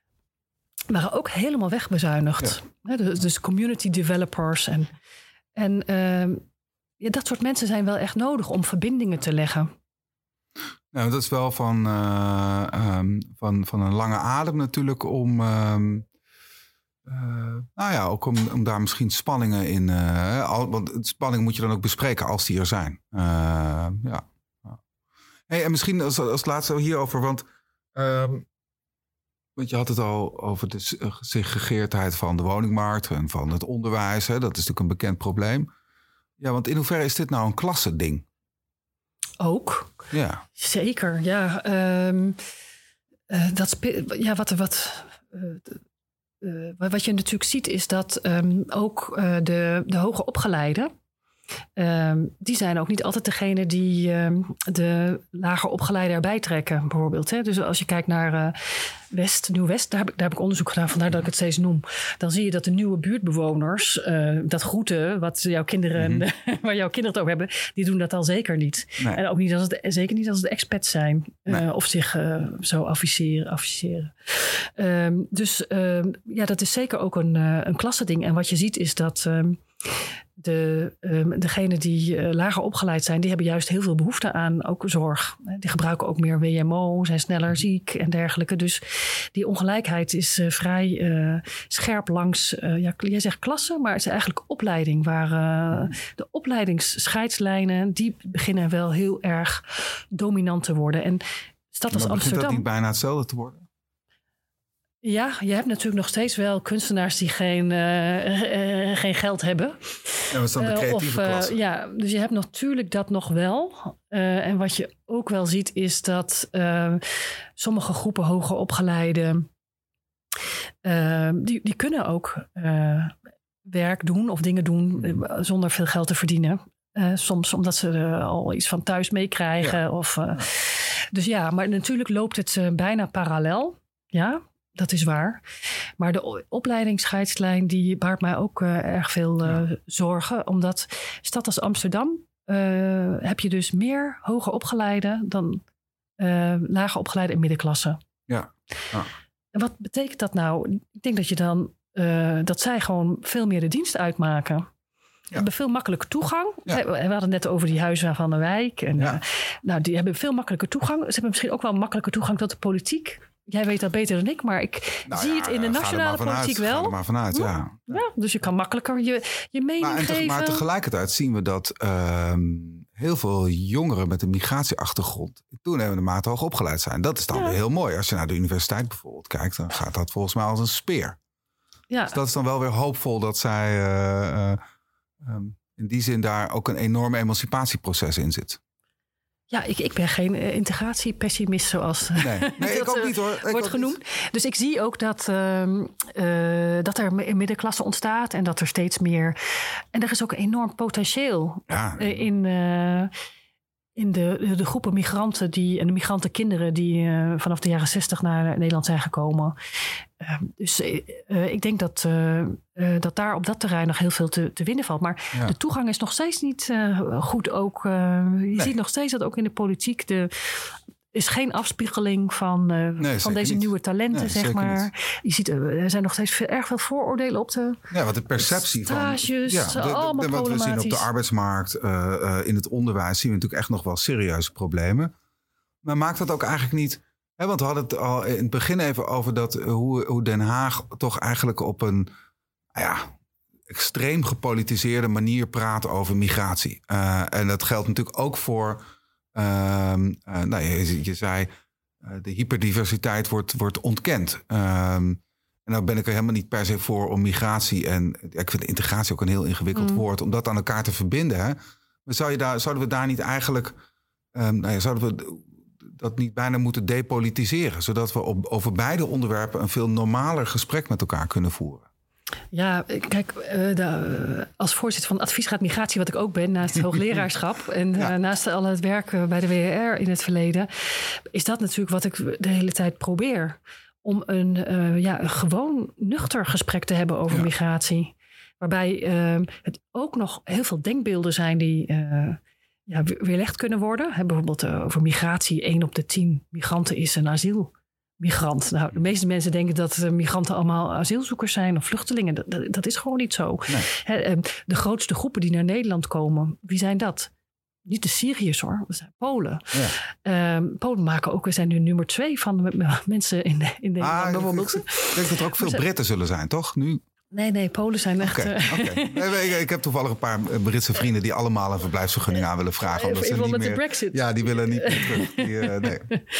waren ook helemaal wegbezuinigd. Ja. Dus, dus community developers. En, en uh, ja, dat soort mensen zijn wel echt nodig om verbindingen te leggen. Nou, dat is wel van, uh, um, van, van een lange adem natuurlijk om... Um, uh, nou ja, ook om, om daar misschien spanningen in... Uh, al, want spanningen moet je dan ook bespreken als die er zijn. Uh, ja. Hey, en misschien als, als laatste hierover, want... Um, Want je had het al over de segregeerdheid van de woningmarkt en van het onderwijs. Hè? Dat is natuurlijk een bekend probleem. Ja, want in hoeverre is dit nou een klassending? Ook. Ja. Zeker, ja. Um, uh, dat spe- ja wat, wat, uh, uh, wat je natuurlijk ziet is dat um, ook uh, de, de hoger opgeleiden... Um, die zijn ook niet altijd degene die um, de lager opgeleiden erbij trekken, bijvoorbeeld. Hè? Dus als je kijkt naar uh, West, Nieuw-West, daar heb, ik, daar heb ik onderzoek gedaan, vandaar dat ik het steeds noem. Dan zie je dat de nieuwe buurtbewoners, uh, dat groeten, wat jouw kinderen, mm-hmm. waar jouw kinderen het over hebben, die doen dat al zeker niet. Nee. En ook niet als het, zeker niet als het expats zijn, uh, nee. of zich uh, zo afficheren. afficheren. Um, dus um, ja, dat is zeker ook een, uh, een klassending. En wat je ziet is dat Um, De, um, degenen die uh, lager opgeleid zijn, die hebben juist heel veel behoefte aan ook zorg. Die gebruiken ook meer W M O, zijn sneller ziek en dergelijke. Dus die ongelijkheid is uh, vrij uh, scherp langs, uh, ja, jij zegt klasse, maar het is eigenlijk opleiding. Waar uh, de opleidingsscheidslijnen, die beginnen wel heel erg dominant te worden. En stad als maar Amsterdam. Begint dat niet bijna hetzelfde te worden? Ja, je hebt natuurlijk nog steeds wel kunstenaars die geen, uh, uh, geen geld hebben. Ja, wat is dan de creatieve uh, of, uh, klasse? Ja, dus je hebt natuurlijk dat nog wel. Uh, en wat je ook wel ziet is dat uh, sommige groepen hoger opgeleiden, Uh, die, die kunnen ook uh, werk doen of dingen doen uh, zonder veel geld te verdienen. Uh, soms omdat ze uh, al iets van thuis meekrijgen. Ja. Of, uh, dus ja, maar natuurlijk loopt het uh, bijna parallel. Ja, dat is waar. Maar de opleidingsscheidslijn die baart mij ook uh, erg veel uh, ja. zorgen. Omdat stad als Amsterdam uh, heb je dus meer hoger opgeleiden dan uh, lager opgeleide en middenklasse. Ja. ja. En wat betekent dat nou? Ik denk dat je dan uh, dat zij gewoon veel meer de dienst uitmaken. Ja. Hebben veel makkelijker toegang. Ja. We hadden het net over die huizen van de wijk. En, ja. uh, nou, die hebben veel makkelijker toegang. Ze hebben misschien ook wel makkelijker toegang tot de politiek. Jij weet dat beter dan ik, maar ik nou zie ja, het in de nationale politiek vanuit, wel. Ga er maar vanuit, ja. ja. Dus je kan makkelijker je, je mening maar, geven. Te, maar tegelijkertijd zien we dat uh, heel veel jongeren met een migratieachtergrond toenemende mate hoog opgeleid zijn. Dat is dan ja. weer heel mooi. Als je naar de universiteit bijvoorbeeld kijkt, dan gaat dat volgens mij als een speer. Ja. Dus dat is dan wel weer hoopvol dat zij uh, uh, um, in die zin daar ook een enorm emancipatieproces in zit. Ja, ik, ik ben geen uh, integratiepessimist zoals nee. Nee, ik dat, ook niet hoor. Ik wordt genoemd. Niet. Dus ik zie ook dat, uh, uh, dat er een middenklasse ontstaat en dat er steeds meer. En er is ook een enorm potentieel ja. uh, in, uh, in de, de groepen migranten die, en de migrantenkinderen die uh, vanaf de jaren zestig naar Nederland zijn gekomen. Uh, dus uh, ik denk dat, uh, uh, dat daar op dat terrein nog heel veel te, te winnen valt. Maar ja. de toegang is nog steeds niet uh, goed. Ook, uh, je nee. ziet nog steeds dat ook in de politiek de is geen afspiegeling van, uh, nee, van deze niet. nieuwe talenten, nee, zeg maar. Niet. Je ziet, uh, er zijn nog steeds veel, erg veel vooroordelen op de ja, wat de perceptie stages, van ja, de, allemaal de, de, wat we zien op de arbeidsmarkt, uh, uh, in het onderwijs zien we natuurlijk echt nog wel serieuze problemen. Maar maakt dat ook eigenlijk niet. Hè, want we hadden het al in het begin even over dat uh, hoe, hoe Den Haag toch eigenlijk op een ja, extreem gepolitiseerde manier praat over migratie. Uh, en dat geldt natuurlijk ook voor. Uh, uh, nou, je, je zei, uh, de hyperdiversiteit wordt, wordt ontkend. Um, en nou ben ik er helemaal niet per se voor om migratie en ja, ik vind integratie ook een heel ingewikkeld mm. woord, om dat aan elkaar te verbinden. Hè? Maar zou je daar, zouden we daar niet eigenlijk, um, nou ja, zouden we dat niet bijna moeten depolitiseren, zodat we op, over beide onderwerpen een veel normaler gesprek met elkaar kunnen voeren? Ja, kijk, uh, de, uh, als voorzitter van de Adviesraad Migratie, wat ik ook ben, naast het hoogleraarschap en ja. uh, naast al het werk uh, bij de W R in het verleden, is dat natuurlijk wat ik de hele tijd probeer. Om een, uh, ja, een gewoon nuchter gesprek te hebben over ja. migratie. Waarbij uh, het ook nog heel veel denkbeelden zijn die uh, ja, weerlegd kunnen worden. He, bijvoorbeeld uh, over migratie. één op de tien migranten is een asiel. Migrant. Nou, de meeste mensen denken dat uh, migranten allemaal asielzoekers zijn of vluchtelingen. Dat, dat, dat is gewoon niet zo. Nee. He, uh, de grootste groepen die naar Nederland komen, wie zijn dat? Niet de Syriërs hoor, dat zijn Polen. Ja. Um, Polen maken ook, we zijn nu nummer twee van de mensen in, in Nederland ah, bijvoorbeeld. Ik, ik denk dat er ook veel Britten zullen zijn, toch? Nu? Nee, nee, Polen zijn echt... Okay, uh, okay. nee, ik, ik heb toevallig een paar Britse vrienden die allemaal een verblijfsvergunning aan willen vragen. Omdat ze niet met meer, de Brexit. Ja, die willen niet meer terug. Die, uh, nee.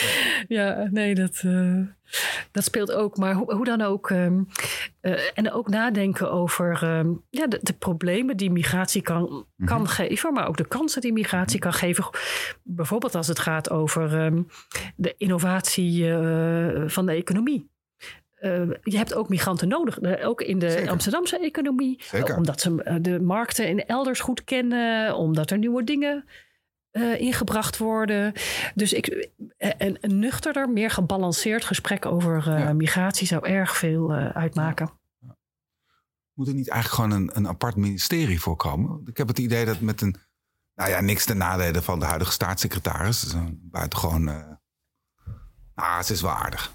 Ja, nee, dat, uh, dat speelt ook. Maar hoe, hoe dan ook. Um, uh, en ook nadenken over um, ja, de, de problemen die migratie kan, mm-hmm. kan geven. Maar ook de kansen die migratie mm-hmm. kan geven. Bijvoorbeeld als het gaat over um, de innovatie uh, van de economie. Uh, je hebt ook migranten nodig, uh, ook in de Zeker. Amsterdamse economie. Uh, omdat ze uh, de markten in elders goed kennen, omdat er nieuwe dingen uh, ingebracht worden. Dus ik, een, een nuchterder, meer gebalanceerd gesprek over uh, ja. migratie zou erg veel uh, uitmaken. Ja. Moet er niet eigenlijk gewoon een, een apart ministerie voorkomen? Ik heb het idee dat met een, nou ja, niks ten nadele van de huidige staatssecretaris. Dus buitengewoon, uh, nou, ze is wel aardig.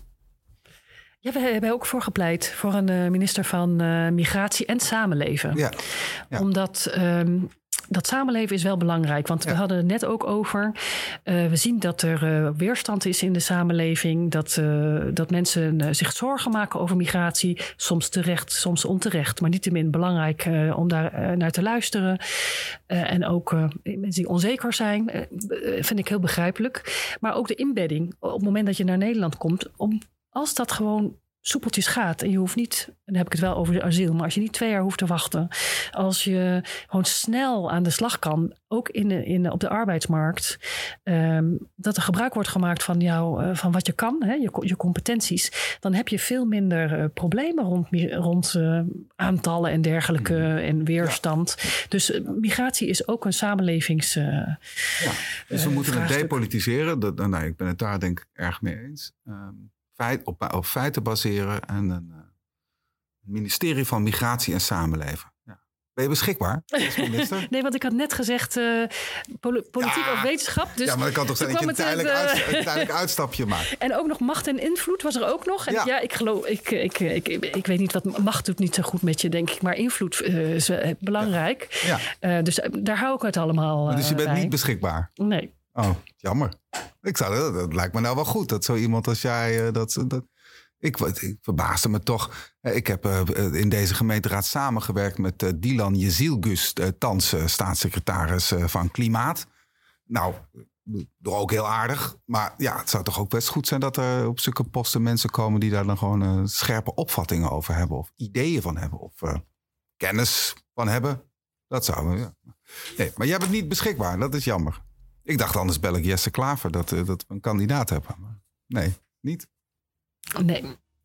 Ja, we hebben ook voor gepleit voor een uh, minister van uh, Migratie en Samenleven. Ja. Ja. Omdat um, dat samenleven is wel belangrijk. Want ja. we hadden het net ook over. Uh, we zien dat er uh, weerstand is in de samenleving. Dat, uh, dat mensen uh, zich zorgen maken over migratie. Soms terecht, soms onterecht. Maar niettemin belangrijk uh, om daar uh, naar te luisteren. Uh, en ook uh, mensen die onzeker zijn. Uh, vind ik heel begrijpelijk. Maar ook de inbedding. Op het moment dat je naar Nederland komt. Om Als dat gewoon soepeltjes gaat en je hoeft niet, en dan heb ik het wel over de asiel, maar als je niet twee jaar hoeft te wachten, als je gewoon snel aan de slag kan, ook in de, in de, op de arbeidsmarkt, um, dat er gebruik wordt gemaakt van jou, uh, van wat je kan, hè, je, je competenties, dan heb je veel minder uh, problemen rond, rond uh, aantallen en dergelijke mm. en weerstand. Ja. Dus uh, migratie is ook een samenlevings. Uh, ja. Dus we uh, moeten vraagstuk. het depolitiseren. Dat, nou, ik ben het daar denk ik erg mee eens. Um, Feit, op, op feiten baseren en een uh, ministerie van Migratie en Samenleven. Ja. Ben je beschikbaar als minister? Nee, want ik had net gezegd uh, poli- politiek ja. of wetenschap. Dus ja, maar dat kan toch zijn dat je een tijdelijk, uh, uit, een tijdelijk uitstapje maakt. En ook nog macht en invloed was er ook nog. En ja. ja, ik geloof, ik, ik, ik, ik, ik weet niet wat macht doet niet zo goed met je, denk ik. Maar invloed uh, is uh, belangrijk. Ja. Ja. Uh, dus uh, daar hou ik het allemaal uh, Dus je bent bij. niet beschikbaar? Nee. Oh, jammer. Ik zou, dat, dat lijkt me nou wel goed. Dat zo iemand als jij... Uh, dat, dat, ik, ik verbaasde me toch. Ik heb uh, in deze gemeenteraad samengewerkt met uh, Dilan Jezilgus, uh, thans uh, staatssecretaris uh, van Klimaat. Nou, door ook heel aardig. Maar ja, het zou toch ook best goed zijn dat er op zulke posten mensen komen die daar dan gewoon uh, scherpe opvattingen over hebben. Of ideeën van hebben. Of uh, kennis van hebben. Dat zou we, ja. Nee, maar jij bent niet beschikbaar. Dat is jammer. Ik dacht anders bel ik Jesse Klaver dat, uh, dat we een kandidaat hebben. Maar nee, niet? Nee.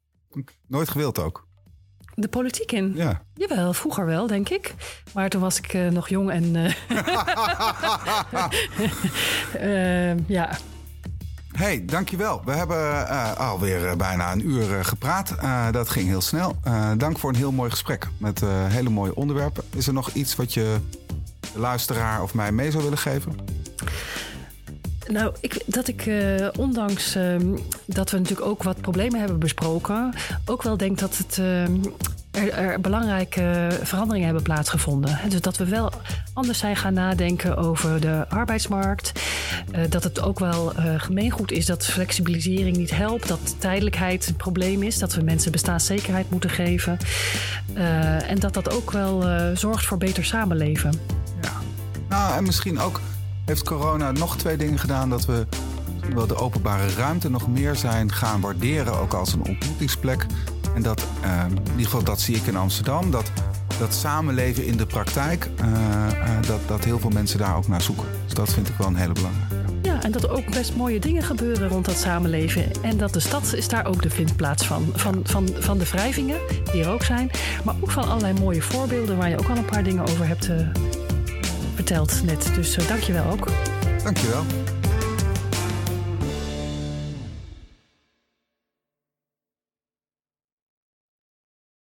Nooit gewild ook? De politiek in? Ja. Jawel, vroeger wel, denk ik. Maar toen was ik uh, nog jong en... Uh, uh, ja. Hey, dankjewel. We hebben uh, alweer uh, bijna een uur uh, gepraat. Uh, dat ging heel snel. Uh, dank voor een heel mooi gesprek met uh, hele mooie onderwerpen. Is er nog iets wat je de luisteraar of mij mee zou willen geven? Nou, ik, dat ik uh, ondanks uh, dat we natuurlijk ook wat problemen hebben besproken, ook wel denk dat het, uh, er, er belangrijke veranderingen hebben plaatsgevonden. Dus dat we wel anders zijn gaan nadenken over de arbeidsmarkt. Uh, dat het ook wel uh, gemeengoed is dat flexibilisering niet helpt. Dat tijdelijkheid een probleem is. Dat we mensen bestaanszekerheid moeten geven. Uh, en dat dat ook wel uh, zorgt voor beter samenleven. Ja. Nou, en misschien ook heeft corona nog twee dingen gedaan. Dat we wel de openbare ruimte nog meer zijn gaan waarderen. Ook als een ontmoetingsplek. En dat, uh, in ieder geval dat zie ik in Amsterdam. Dat, dat samenleven in de praktijk. Uh, uh, dat, dat heel veel mensen daar ook naar zoeken. Dus dat vind ik wel een hele belangrijke. Ja, en dat er ook best mooie dingen gebeuren rond dat samenleven. En dat de stad is daar ook de vindplaats van. Van, van, van de wrijvingen, die er ook zijn. Maar ook van allerlei mooie voorbeelden waar je ook al een paar dingen over hebt uh, verteld net. Dus uh, dank je wel ook. Dank je wel.